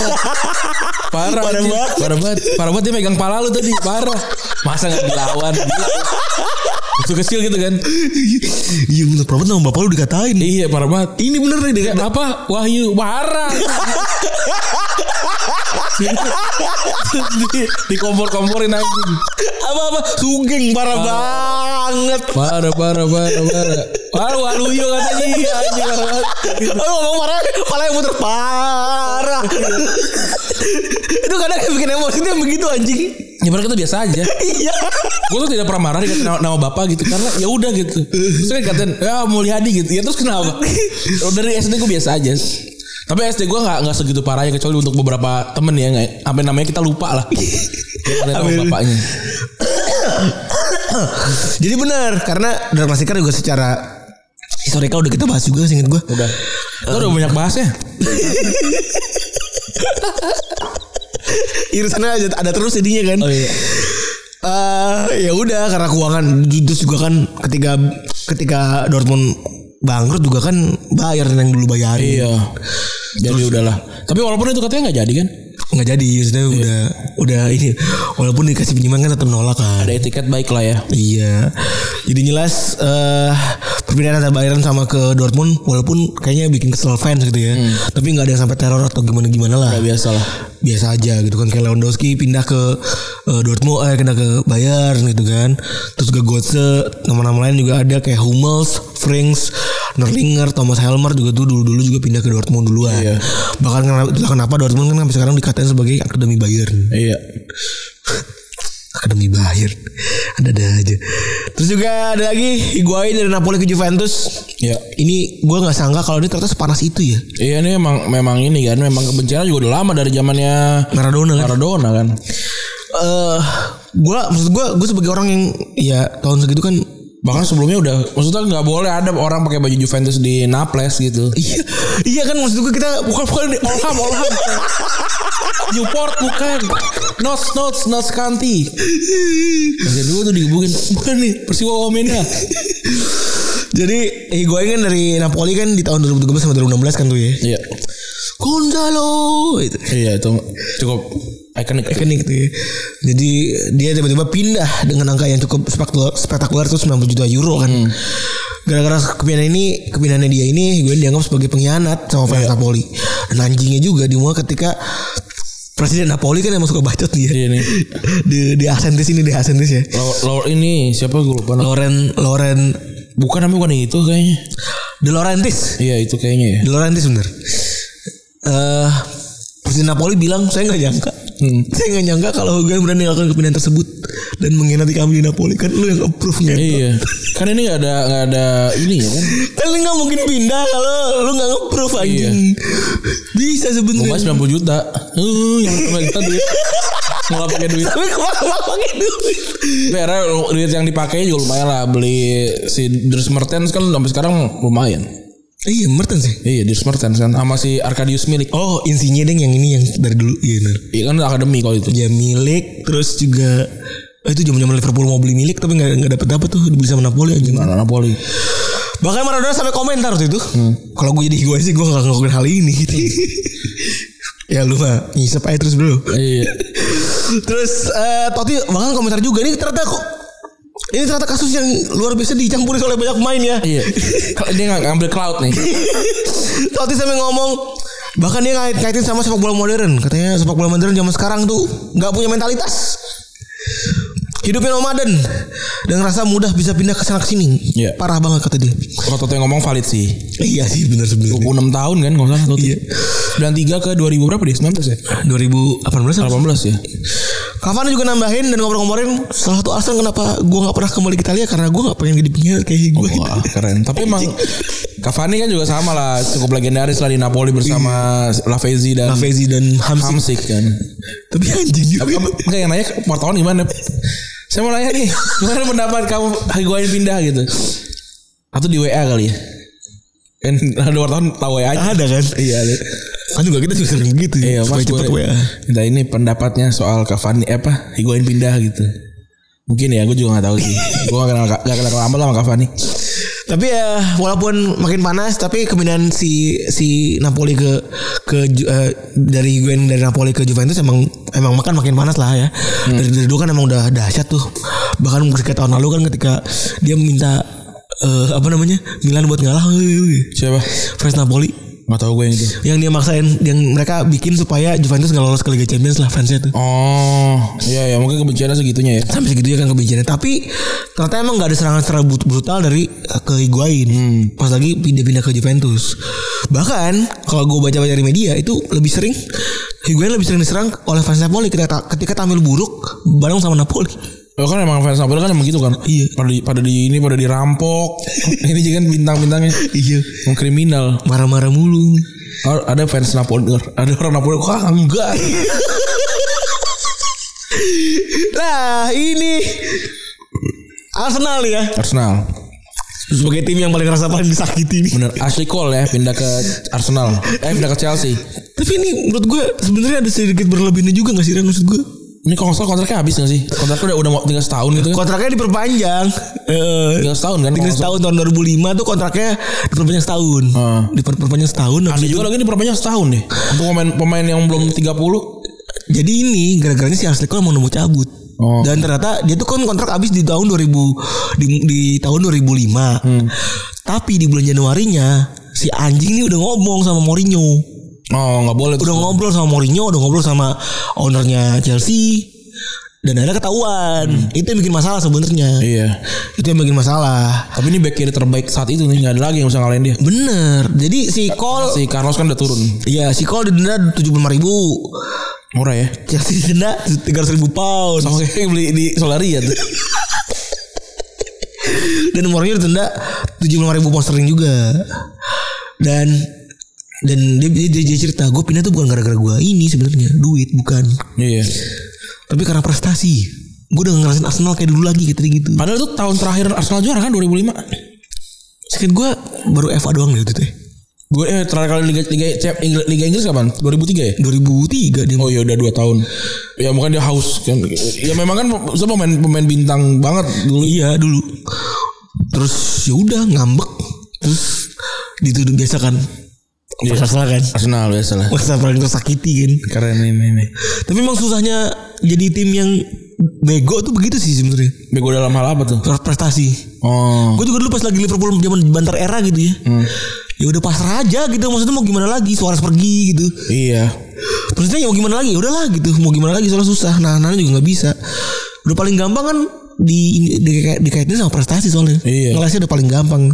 Parah banget dia megang pala lu tadi. Parah. Masa nggak dilawan gitu. Itu kecil gitu kan. Iya bener. Prabat sama bapak lu dikatain. Iya parah banget. Ini bener nih apa Wahyu parah. di kompor-komporin anjing. Apa Sugeng parah banget. Parah. Waluyo katanya anjing parah. Ngomong parah, pala yang muter parah. Itu kadang bikin emosi tuh begitu anjing. Ya padahal kita biasa aja. Iya. Gue tuh tidak pernah marah dikatain nama bapak gitu karena ya udah gitu. Terus kan katain ya Mulyadi gitu. Ya terus kenapa? Dari SD gue biasa aja. Tapi SD gue nggak segitu parahnya kecuali untuk beberapa temen ya nggak. Sampai namanya kita lupa lah. Ya nama bapaknya. Jadi benar karena dari klasiker juga secara historical udah kita bahas juga seinget gue. Udah. Kita udah banyak bahasnya. Irisannya ada terus jadinya kan. Oh iya. Ya udah karena keuangan terus juga kan ketika Dortmund bangkrut juga kan bayar yang dulu bayarin. Iya. Jadi udahlah. Tapi walaupun itu katanya nggak jadi kan? Nggak jadi, maksudnya udah ini. Walaupun dikasih pinjaman kan tetap nolak kan. Ada etiket baik lah ya. Iya. Jadi jelas perpindahan antara Bayern sama ke Dortmund walaupun kayaknya bikin kesel fans gitu ya. Tapi nggak ada yang sampai teror atau gimana lah. Nggak biasa lah. Biasa aja gitu kan, kayak Lewandowski pindah ke Dortmund, pindah ke Bayern gitu kan. Terus juga Götze, nama-nama lain juga ada kayak Hummels, Frings, Nerlinger, Thomas Helmer juga tuh dulu juga pindah ke Dortmund duluan. Iya. Bahkan kenapa Dortmund kan sampai sekarang dikatain sebagai akademi Bayern. Iya. Akademi Bayern. Ada aja. Terus juga ada lagi Higuain dari Napoli ke Juventus. Ya. Ini gue nggak sangka kalau ini ternyata sepanas itu ya. Iya, ini memang ini kan, memang kebencian juga udah lama dari zamannya Maradona kan. Gue sebagai orang yang ya tahun segitu kan, bahkan sebelumnya udah, maksudnya nggak boleh ada orang pakai baju Juventus di Naples gitu. Iya kan, maksud gue kita bukan di Olham. Newport bukan. Notes County. Masih dulu tuh digebukin. Bukan nih Persiwa Wamena. Jadi Higuain kan dari Napoli kan di tahun 2013 sama 2016 kan tuh ya. Iya. Gonzalo itu. Iya itu cukup ikonik tuh ya. Jadi dia tiba-tiba pindah dengan angka yang cukup spektakuler tuh 90 juta euro kan. Gara-gara kepindahannya dia ini Higuain dianggap sebagai pengkhianat sama fans Napoli. Dan anjingnya juga dimulai ketika Presiden Napoli kan emang suka bacot dia. Iya nih. Di Asentis ya. Ini siapa gue lupa. Loren bukan itu kayaknya. De Laurentiis. Iya itu kayaknya ya. De Laurentiis bener. Presiden Napoli bilang saya nggak nyangka. Saya nggak nyangka kalau Higuain berani melakukan kepindahan tersebut dan mengkhianati kami di Napoli. Kan lu yang approve-nya. Iya. Kan ini nggak ada ini ya kan. Kan lu nggak mungkin pindah kalau lu nggak approve anjing. Iya. Bisa sebenarnya. 90 juta. Yang kita duit. Nggak pakai duit. Tapi kemana pakai duit? Karena duit yang dipakai juga lumayan lah. Beli si Dries Mertens kan sampai sekarang lumayan. Iya Mertens sih. Iya Dries Mertens kan sama si Arkadiusz Milik. Oh Insigne deng yang ini yang dari dulu. Iya benar. Iya kan akademi kalau itu. Ya Milik terus juga itu zaman Liverpool mau beli Milik tapi nggak dapat tuh dibeli sama Napoli aja. Napoli. Bahkan Maradona sampai komentar waktu itu. Kalau gue jadi gue sih gue gak ngelakuin hal ini gitu. Ya lu mah ngisep aja terus bro. Iya. Terus Totti bahkan komentar juga ini ternyata kasus yang luar biasa dicampuri oleh banyak pemain ya. Iya. Dia nggak ngambil cloud nih. Totti sampai ngomong, bahkan dia kaitin sama sepak bola modern. Katanya sepak bola modern zaman sekarang tuh nggak punya mentalitas. Hidupnya nomaden dan rasa mudah bisa pindah ke sana kesini. Yeah. Parah banget kata dia. Kalau Totti ngomong valid sih. Iya sih benar sebenarnya. 26 tahun kan kalau salah Totti. Iya. 93 ke 2000 berapa dia? 19 ya? 2018 ya. Cavani juga nambahin dan ngomong-ngomongin salah satu alasan kenapa gue gak pernah kembali ke Italia karena gue gak pengen jadi pengkhianat kayak gue. Wah keren. Tapi emang Cavani kan juga sama lah, cukup legendaris lah di Napoli bersama Lavezzi dan Hamsik kan. Tapi anjing juga. Enggak yang nanya wartawan gimana? Saya mau nanya nih, gimana pendapat kamu Higuain pindah gitu? Atau di WA kali ya? Kan ada wartawan tahu aja. Ada kan? Iya ada. Kan juga kita juga sering gitu ya. Iya, supaya Mas cepet WA. Minta ini pendapatnya soal Cavani Higuain pindah gitu. Mungkin ya, gue juga nggak tahu sih. Gue nggak kenal lama sama Cavani. Tapi ya walaupun makin panas, tapi kemudian si Napoli dari Higuain dari Napoli ke Juventus emang makin panas lah ya. Dari dulu kan emang udah dahsyat tuh. Bahkan ketika tahun lalu kan ketika dia minta Milan buat ngalah. Siapa? Fans Napoli. Nggak tahu gue yang itu. Yang dia maksain, yang mereka bikin supaya Juventus nggak lolos ke Liga Champions lah fansnya tuh. Oh, iya mungkin kebenciannya segitunya ya. Sampai segitunya kan kebenciannya. Tapi ternyata emang nggak ada serangan secara brutal dari ke Higuain. Pas lagi pindah-pindah ke Juventus. Bahkan kalau gue baca dari media itu Higuain lebih sering diserang oleh fans Napoli ketika tampil buruk bareng sama Napoli. Oh kan emang fans Napoli kan emang gitu kan. Iya. Pada dirampok. Ini juga kan bintang-bintangnya. Iya. Yang kriminal. Marah-marah mulu. Oh, ada fans Napoli. Ada orang Napoli. Wah enggak. Nah ini Arsenal ya. Arsenal. Sebagai tim yang paling disakiti nih. Bener. Ashley Cole ya pindah ke Arsenal. Pindah ke Chelsea. Tapi ini menurut gue sebenarnya ada sedikit berlebihnya juga nggak sih Ren, maksud gue? Ini kalau kontraknya habis gak sih? Kontraknya udah mau tinggal setahun gitu kan? Kontraknya diperpanjang. Tinggal setahun kan? Tinggal setahun tahun 2005 tuh kontraknya diperpanjang setahun. Diperpanjang setahun. Ada juga lagi diperpanjang setahun deh. Untuk pemain yang belum 30. Jadi ini gara-garanya si Ashley Cole mau nemu cabut. Dan ternyata dia tuh kan kontrak habis di tahun 2000 di tahun 2005. Tapi di bulan Januarinya si anjing ini udah ngomong sama Mourinho. Oh nggak boleh. Udah ngobrol sama Mourinho, udah ngobrol sama ownernya Chelsea, dan akhirnya ketahuan. Itu yang bikin masalah sebenarnya. Iya. Itu yang bikin masalah. Tapi ini back kiri terbaik saat itu nih, nggak ada lagi yang bisa ngalahin dia. Bener. Jadi si Carlos kan udah turun. Iya, si Cole didenda 75.000. Murah ya. Chelsea didenda 300.000 pound. Sama kayak beli di Solari ya tuh. Dan Mourinho didenda 75.000 pound sterling juga. Dan dia cerita, gue pindah tuh bukan gara-gara gue ini sebenarnya duit, bukan. Iya. Tapi karena prestasi. Gue udah ngerasain Arsenal kayak dulu lagi gitu. Padahal itu tahun terakhir Arsenal juara kan 2005. Sekian gue baru FA doang deh itu teh. Gue terakhir kali Liga Inggris kapan? 2003 ya? 2003 dia. Oh ya udah 2 tahun. Ya mungkin dia haus kan. Ya memang kan pemain bintang banget dulu. Iya dulu. Terus ya udah ngambek. Terus dituduh biasa kan. Arsenal biasa lah. Masa paling tersakiti kan. Keren ini. Tapi emang susahnya jadi tim yang bego tuh begitu sih sebenarnya. Bego dalam hal apa tuh? Prestasi. Gue juga dulu pas lagi Liverpool zaman banter era gitu ya. Ya udah pasrah aja gitu. Maksudnya mau gimana lagi? Suarez pergi gitu. Iya. Maksudnya ya mau gimana lagi? Ya udahlah gitu. Mau gimana lagi? Soalnya susah. Nah juga nggak bisa. Udah paling gampang kan dikaitin sama prestasi soalnya. Iya. Ngelasnya udah paling gampang.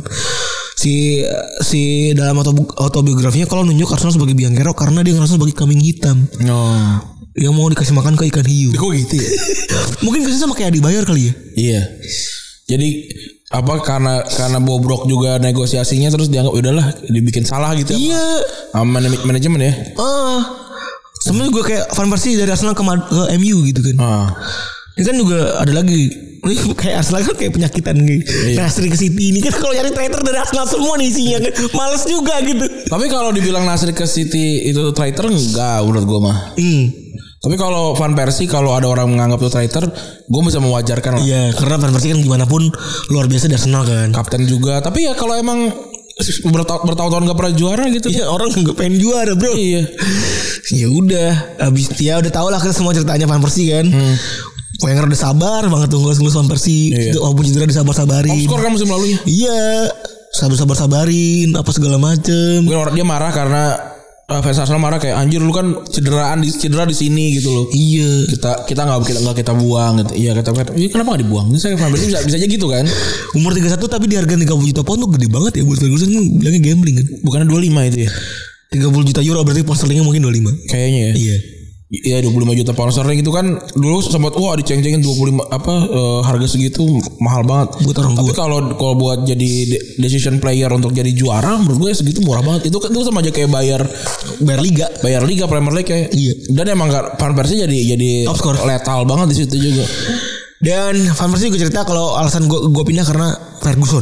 Si dalam autobiografinya kalau nunjuk Arsenal sebagai biang kerok karena dia ngerasa sebagai kambing hitam. Yang mau dikasih makan ke ikan hiu. Kok gitu ya? Mungkin kesini sama kayak dibayar kali ya. Iya. Jadi karena bobrok juga negosiasinya terus dianggap udahlah dibikin salah gitu. Iya. Manajemen ya. Sebenarnya juga kayak Van Persie dari Arsenal ke MU gitu kan. Ini kan juga ada lagi. Ini kayak Arsenal kan kayak penyakitan gitu. Iya. Nasri ke City ini kan kalau nyari traitor dari Arsenal semua nih isinya kan. Males juga gitu. Tapi kalau dibilang Nasri ke City itu traitor enggak menurut gue mah. Tapi kalau Van Persie kalau ada orang menganggap itu traitor, gue bisa mewajarkan lah. Iya, karena Van Persie kan gimana pun luar biasa di Arsenal kan. Kapten juga. Tapi ya kalau emang bertahun-tahun gak pernah juara gitu. Iya, orang gak pengen juara, bro. Iya. Ya udah, habis dia udah tahu lah kan semua ceritanya Van Persie kan. Wenger udah sabar banget tuh ngelus Van Persie. Iya. Walaupun cedera disabar-sabarin. Top skor kan musim lalunya. Iya. Sabar-sabarin apa segala macem. Mungkin dia marah karena fans Arsenal marah kayak anjir lu kan cedera di sini gitu loh. Iya. Kita enggak kita buang gitu. Iya kata kenapa enggak dibuang? Ini saya Van Persie bisa aja gitu kan. Umur 31 tapi di harga 30 juta pound tuh gede banget ya buat Ferguson kan bilangnya gambling kan. Bukannya 25 itu ya. 30 juta euro berarti pound sterlingnya mungkin 25. Kayaknya ya. Iya. Iya 25 juta pound sterling itu kan dulu sempat diceng-cengin 25 harga segitu mahal banget buat orang tua. Tapi kalau buat jadi decision player untuk jadi juara menurut gue segitu murah banget. Itu sama aja kayak bayar liga Premier League kayak. Iya. Dan emang Van Persie jadi top score letal banget di situ juga. Dan Van Persie juga cerita kalau alasan gue pindah karena Ferguson.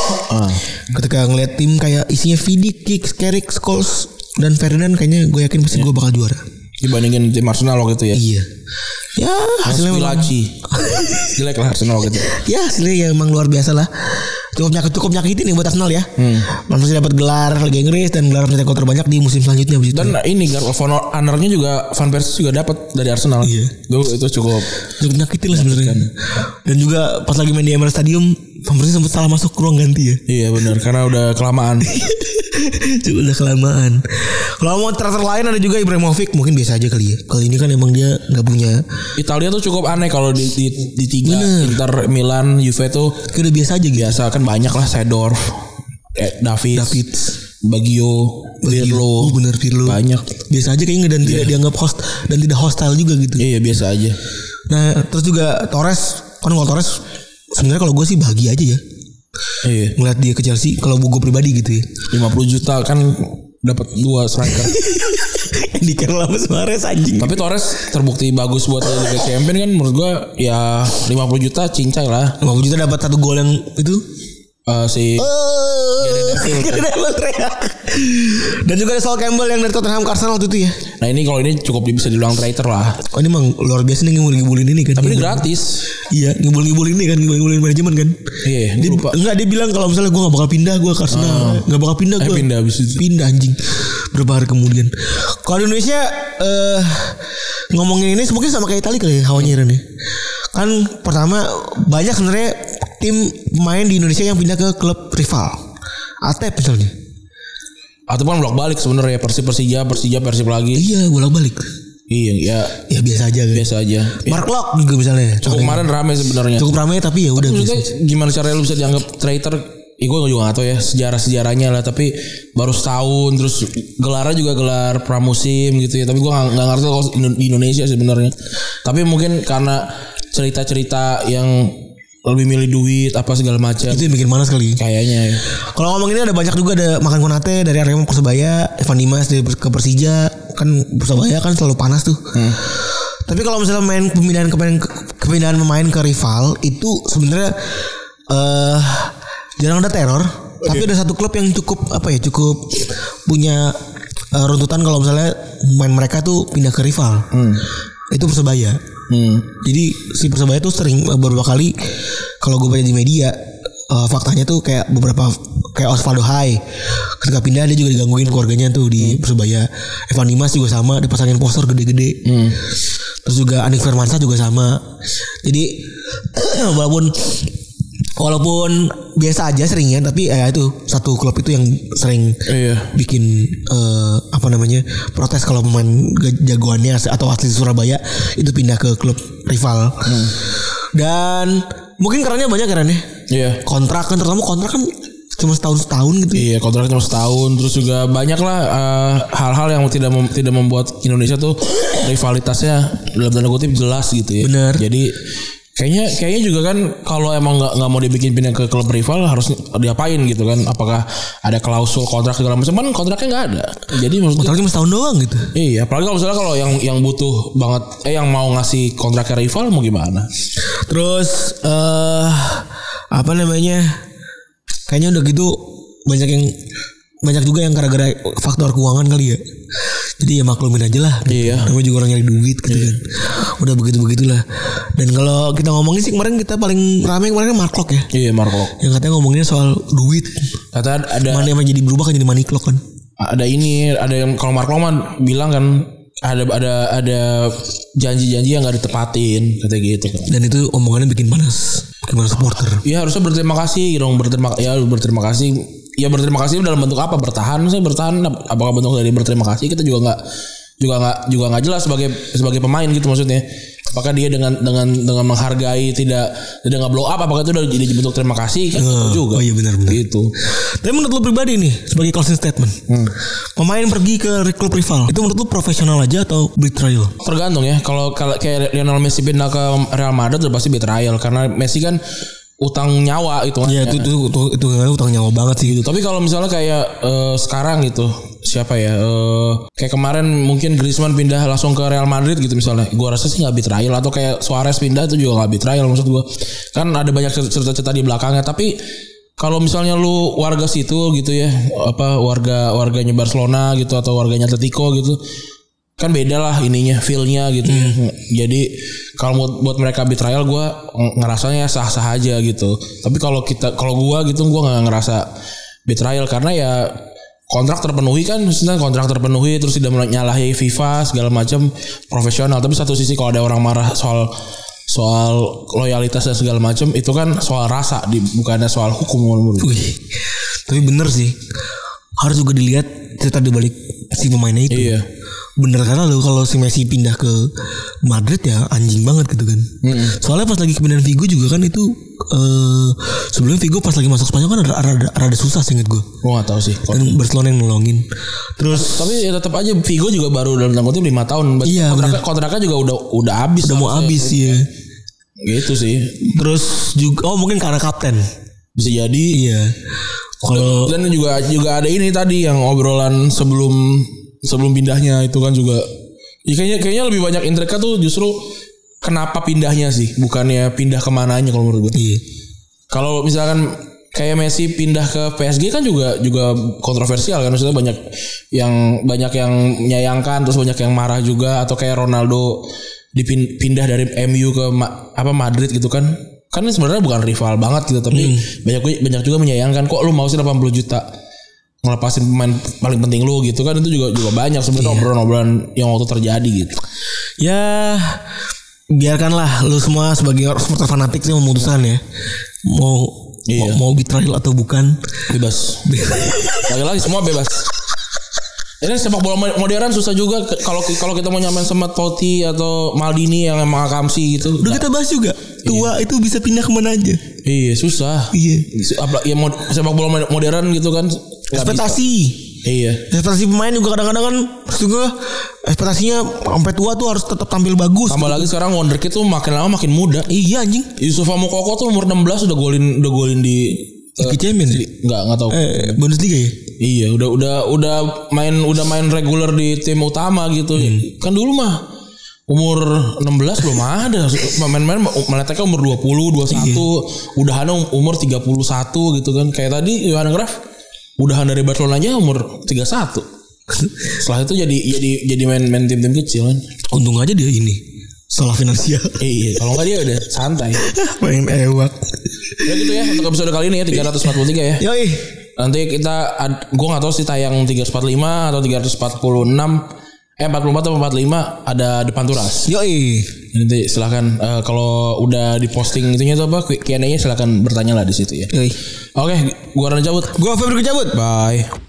Ketika ngeliat tim kayak isinya Vidic, Giggs, Carrick, Scholes dan Ferdinand, kayaknya gue yakin pasti gue bakal juara. Dibandingin tim Arsenal waktu itu ya. Iya. Ya hasilnya Pilaci. Jelek lah Arsenal waktu itu. Ya hasilnya ya emang luar biasa lah. Cukup nyakitin nih buat Arsenal ya. Masih dapat gelar Liga Inggris dan gelar pencetak gol terbanyak di musim selanjutnya begitu. Dan ini Guard of Honor-nya juga Van Persie juga dapat dari Arsenal. Iya. Itu cukup nyakitin lah sebenarnya. Dan juga pas lagi main di Emirates Stadium, Van Persie sempat salah masuk ke ruang ganti ya. Iya benar, karena udah kelamaan. Cuma udah kelamaan. Kalau mau transfer lain ada juga Ibrahimovic, mungkin biasa aja kali ya. Kali ini kan emang dia nggak punya. Italia tuh cukup aneh kalau di tiga. Inter, Milan, Juve tuh udah biasa aja gitu. Biasa kan banyak lah Seedorf, David, Baggio, Pirlo. Bener Pirlo. Banyak. Biasa aja kayaknya dan tidak dianggap host dan tidak hostile juga gitu. Iya biasa aja. Nah terus juga Torres, kalau Torres sebenarnya kalau gue sih bahagia aja ya. Iya. Ngeliat dia ke Chelsea kalau gue pribadi gitu ya. 50 juta kan dapat 2 striker. Di Carlos Suarez anjing. Tapi Torres terbukti bagus buat Liga Champions kan menurut gue ya 50 juta cincai lah. 50 juta dapat 1 gol yang itu. Dan juga ada Sol Campbell yang dari Tottenham ke Arsenal waktu itu ya. Nah ini kalau ini cukup bisa dibilang traitor lah. Oh ini emang luar biasa nih ngibul-ngibulin ini kan. Tapi ini gratis. Iya ngibul-ngibulin ini kan, ngibul-ngibulin manajemen kan. Iya. Dia bilang kalau misalnya gue gak bakal pindah, gue ke Arsenal. Gak bakal pindah gue. Pindah anjing. Berapa hari kemudian. Kalau di Indonesia ngomongin ini mungkin sama kayak Italia kali ya hawanya nih. Kan pertama banyak sebenarnya tim pemain di Indonesia yang pindah ke klub rival. Atep misalnya. Atau kan bolak-balik sebenarnya Persija, Persib lagi. Iya, bolak-balik. Iya, ya biasa aja kan. Biasa aja. Mark Locke juga misalnya. Cukup kemarin rame sebenarnya. Cukup rame tapi ya udah. Maksudnya gimana caranya lu bisa dianggap traitor? Gue juga gak tahu ya sejarahnya lah, tapi baru setahun terus gelarnya juga gelar pramusim gitu ya. Tapi gue nggak ngerti kalau di Indonesia sebenarnya. Tapi mungkin karena cerita-cerita yang lebih milih duit apa segala macam. Itu yang bikin malas kali. Kayaknya ya. Kalau ngomong ini ada banyak juga, ada Makan Konate dari Arema ke Persebaya, Evan Dimas dari ke Persija, kan Persebaya kan selalu panas tuh. Tapi kalau misalnya main kepindahan pemain ke rival itu sebenarnya jarang ada teror. Okay. Tapi ada satu klub yang cukup punya runtutan kalau misalnya main mereka tuh pindah ke rival. Itu Persebaya. Jadi si Persebaya tuh sering beberapa kali kalau gue baca di media faktanya tuh kayak Osvaldo Hai ketika pindah dia juga digangguin keluarganya tuh di Persebaya. Evan Dimas juga sama, dipasangin poster gede-gede. Terus juga Andik Firmansyah juga sama. Jadi walaupun biasa aja seringnya, tapi itu satu klub itu yang sering bikin protes kalau pemain jagoannya atau asli Surabaya itu pindah ke klub rival. Dan mungkin karenanya banyak ya. Iya. Kontrak kan cuma setahun gitu. Iya, kontraknya cuma setahun. Terus juga banyak lah hal-hal yang tidak membuat Indonesia tuh rivalitasnya dalam tanda kutip jelas gitu ya. Benar. Jadi kayaknya juga kan kalau emang nggak mau dibikin pindah ke klub rival harus diapain gitu kan? Apakah ada klausul kontrak segala macam? Kan kontraknya nggak ada. Jadi kontraknya cuma setahun doang gitu. Iya, apalagi kalau misalnya kalau yang butuh banget yang mau ngasih kontraknya rival mau gimana? Terus kayaknya udah gitu banyak juga yang gara-gara faktor keuangan kali ya. Jadi ya maklumin aja lah. Iya. Namanya juga orang nyari duit gitu kan. Udah begitulah. Dan kalau kita ngomongin sih kemarin kita paling ramai kemarin kan Mark Locke ya. Iya, Mark Locke. Yang katanya ngomonginnya soal duit. Kata ada mana yang jadi berubah kan jadi money clock kan. Ada yang kalau Mark Locke mah bilang kan ada janji-janji yang gak ditepatin katanya gitu kan. Dan itu omongannya bikin panas supporter. Iya, harusnya berterima kasih dong, berterima kasih. Ya berterima kasih dalam bentuk apa? Bertahan apakah bentuk dari berterima kasih? Kita juga nggak jelas sebagai pemain gitu maksudnya. Apakah dia dengan menghargai tidak nggak blow up, apakah itu udah jadi bentuk terima kasih kan? Juga. Oh iya benar gitu. Tapi menurut lu pribadi nih sebagai closing statement, pemain pergi ke klub rival itu menurut lu profesional aja atau betrayal? Tergantung ya. Kalau kayak Lionel Messi pindah ke Real Madrid udah pasti betrayal karena Messi kan utang nyawa itu kan. Iya itu utang nyawa banget sih gitu. Tapi kalau misalnya kayak sekarang gitu siapa ya kayak kemarin mungkin Griezmann pindah langsung ke Real Madrid gitu misalnya, gue rasa sih nggak betrayal. Atau kayak Suarez pindah itu juga nggak betrayal maksud gue. Kan ada banyak cerita-cerita di belakangnya, tapi kalau misalnya lu warga situ gitu ya, apa warganya Barcelona gitu atau warganya Atletico gitu, kan beda lah ininya, feel-nya gitu. Jadi kalau buat mereka betrayal, gue ngerasanya sah-sah aja gitu. Tapi kalau gue gitu, gue nggak ngerasa betrayal karena ya kontrak terpenuhi kan, maksudnya kontrak terpenuhi terus tidak menyalahi FIFA segala macam, profesional. Tapi satu sisi kalau ada orang marah soal loyalitas dan segala macam, itu kan soal rasa, bukannya soal hukum. Tapi bener sih, harus juga dilihat cerita di balik si pemainnya itu. Iya. Bener, karena lo kalau si Messi pindah ke Madrid ya anjing banget gitu kan. Soalnya pas lagi kepindahan Figo juga kan itu sebelumnya Figo pas lagi masuk Spanyol kan rada susah sih inget gue. Gue gak tahu sih. Dan Barcelona yang nolongin. Terus tapi ya tetap aja Figo juga baru dalam tanggung jawab 5 tahun. Iya, kontraknya juga udah habis. Udah mau habis ya. Gitu sih. Terus juga mungkin karena kapten. Bisa jadi. Iya. Kalau dan juga ada ini tadi yang obrolan sebelum pindahnya itu kan juga ya kayaknya lebih banyak intrika tuh justru kenapa pindahnya sih, bukannya pindah kemananya kalau menurut gue. Iya. Kalau misalkan kayak Messi pindah ke PSG kan juga kontroversial kan, maksudnya banyak yang menyayangkan, terus banyak yang marah juga. Atau kayak Ronaldo dipindah dari MU ke Madrid gitu kan sebenarnya bukan rival banget gitu, tapi banyak juga menyayangkan, kok lu mau sih 80 juta ngelepasin pemain paling penting lu gitu kan. Itu juga banyak sebenarnya obrolan yang waktu terjadi gitu. Ya biarkanlah lu semua sebagai supporter fanatik sih memutuskan ya mau betrayal atau bukan. Bebas. Lagi-lagi semua bebas. Ini sepak bola modern susah juga kalau kita mau nyamain sama Totti atau Maldini yang emang Akamsi gitu. Udah kita bahas juga. Tua itu bisa pindah kemana aja. Iya, susah. Iya. Ya sepak bola modern gitu kan. Ekspektasi. Iya. Ekspektasi pemain juga kadang-kadang kan juga ekspektasinya sampai tua tuh harus tetap tampil bagus. Tambah lagi sekarang wonderkid tuh makin lama makin muda. Iya anjing. Yusufa Moukoko tuh umur 16 udah golin di Champions. Enggak tahu. Bundesliga ya? Iya, udah main reguler di tim utama gitu. Kan dulu mah umur 16 belum ada. Main-main meletaknya umur 20, 21, udahan umur 31 gitu kan. Kayak tadi Johan Cruyff udahan dari Barcelona aja umur 31. Setelah itu jadi main tim-tim kecil kan. Untung aja dia ini salah finansial. Iya, kalau enggak dia udah santai. Main ewak. Ya gitu ya untuk episode kali ini ya 343 ya. Yoi. Nanti gue gak tahu sih tayang 345 atau 346 44 atau 45 ada depan turas. Yoi. Nanti silakan kalau udah diposting itunya tuh apa Q&A-nya silakan bertanya lah di situ ya. Yoi. Oke, gua Ran cabut. Gua Febri cabut. Bye.